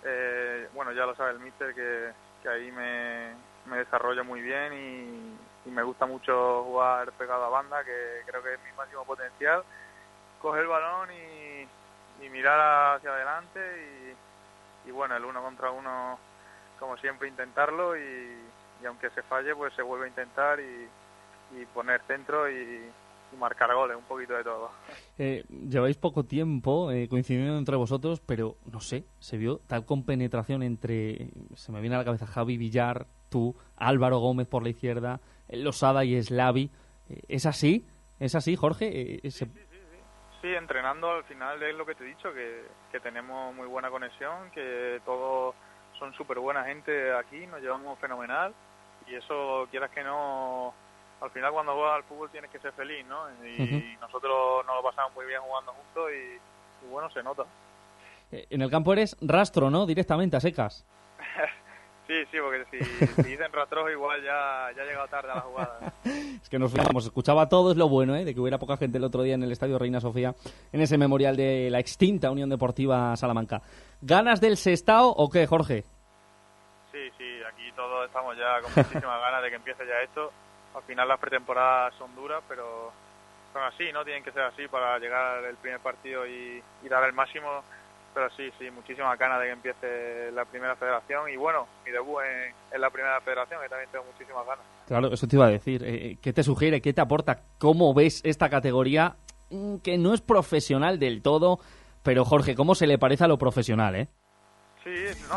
ya lo sabe el míster que ahí me desarrollo muy bien y me gusta mucho jugar pegado a banda, que creo que es mi máximo potencial, coger el balón y mirar hacia adelante y bueno, el 1 contra 1 como siempre intentarlo y aunque se falle pues se vuelve a intentar y poner centro y marcar goles, un poquito de todo. Lleváis poco tiempo coincidiendo entre vosotros, pero no sé, se vio tal compenetración entre, se me viene a la cabeza Javi Villar, tú, Álvaro Gómez por la izquierda, Losada y Slavi. ¿Es así, Jorge? Sí, entrenando al final es lo que te he dicho, que tenemos muy buena conexión, que todos son súper buena gente aquí, nos llevamos fenomenal y eso, quieras que no, al final cuando juegas al fútbol tienes que ser feliz, ¿no? Y nosotros nos lo pasamos muy bien jugando juntos y bueno, se nota. En el campo eres rastro, ¿no? Directamente a secas. Sí, porque si dicen rastro igual ya ha llegado tarde a la jugada. Es que nos escuchaba todo, es lo bueno, de que hubiera poca gente el otro día en el Estadio Reina Sofía, en ese memorial de la extinta Unión Deportiva Salamanca. ¿Ganas del Sestao o qué, Jorge? Sí, aquí todos estamos ya con muchísimas ganas de que empiece ya esto. Al final las pretemporadas son duras, pero son así, ¿no? Tienen que ser así para llegar el primer partido y dar el máximo. Pero sí, muchísimas ganas de que empiece la primera federación y bueno, mi debut en la primera federación, que también tengo muchísimas ganas. Claro, eso te iba a decir. ¿Qué te sugiere, qué te aporta? ¿Cómo ves esta categoría que no es profesional del todo? Pero Jorge, ¿cómo se le parece a lo profesional, Sí,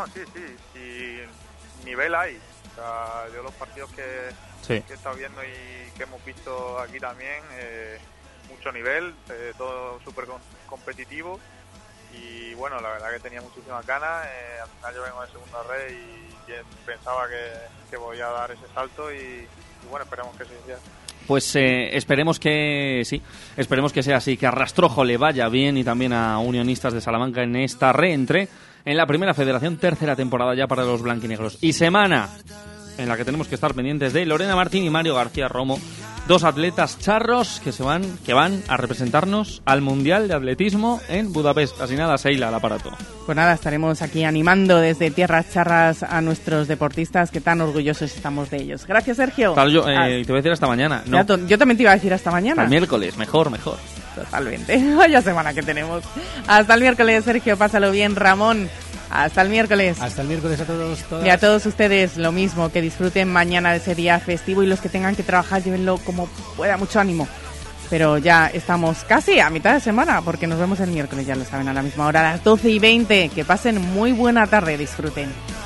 nivel hay. O sea, yo los partidos que he estado viendo y que hemos visto aquí también, mucho nivel, todo súper competitivo. Y bueno, la verdad que tenía muchísimas ganas. Al final yo vengo de segunda red y pensaba que voy a dar ese salto y bueno, esperemos que sí sea. Pues esperemos que sí, esperemos que sea así, que a Rastrojo le vaya bien y también a Unionistas de Salamanca en esta reentré en la primera federación, tercera temporada ya para los blanquinegros. Y semana en la que tenemos que estar pendientes de Lorena Martín y Mario García Romo, dos atletas charros que van a representarnos al Mundial de Atletismo en Budapest. Así nada, Seila, al aparato. Pues nada, estaremos aquí animando desde tierras charras a nuestros deportistas, que tan orgullosos estamos de ellos. Gracias, Sergio. Claro, te voy a decir hasta mañana. No. Yo también te iba a decir hasta mañana. Al miércoles, mejor. Totalmente. Vaya semana que tenemos. Hasta el miércoles, Sergio, pásalo bien. Ramón, hasta el miércoles. Hasta el miércoles a todos. Todas. Y a todos ustedes lo mismo, que disfruten mañana de ese día festivo y los que tengan que trabajar, llévenlo como pueda, mucho ánimo. Pero ya estamos casi a mitad de semana, porque nos vemos el miércoles, ya lo saben, a la misma hora, a las 12:20. Que pasen muy buena tarde, disfruten.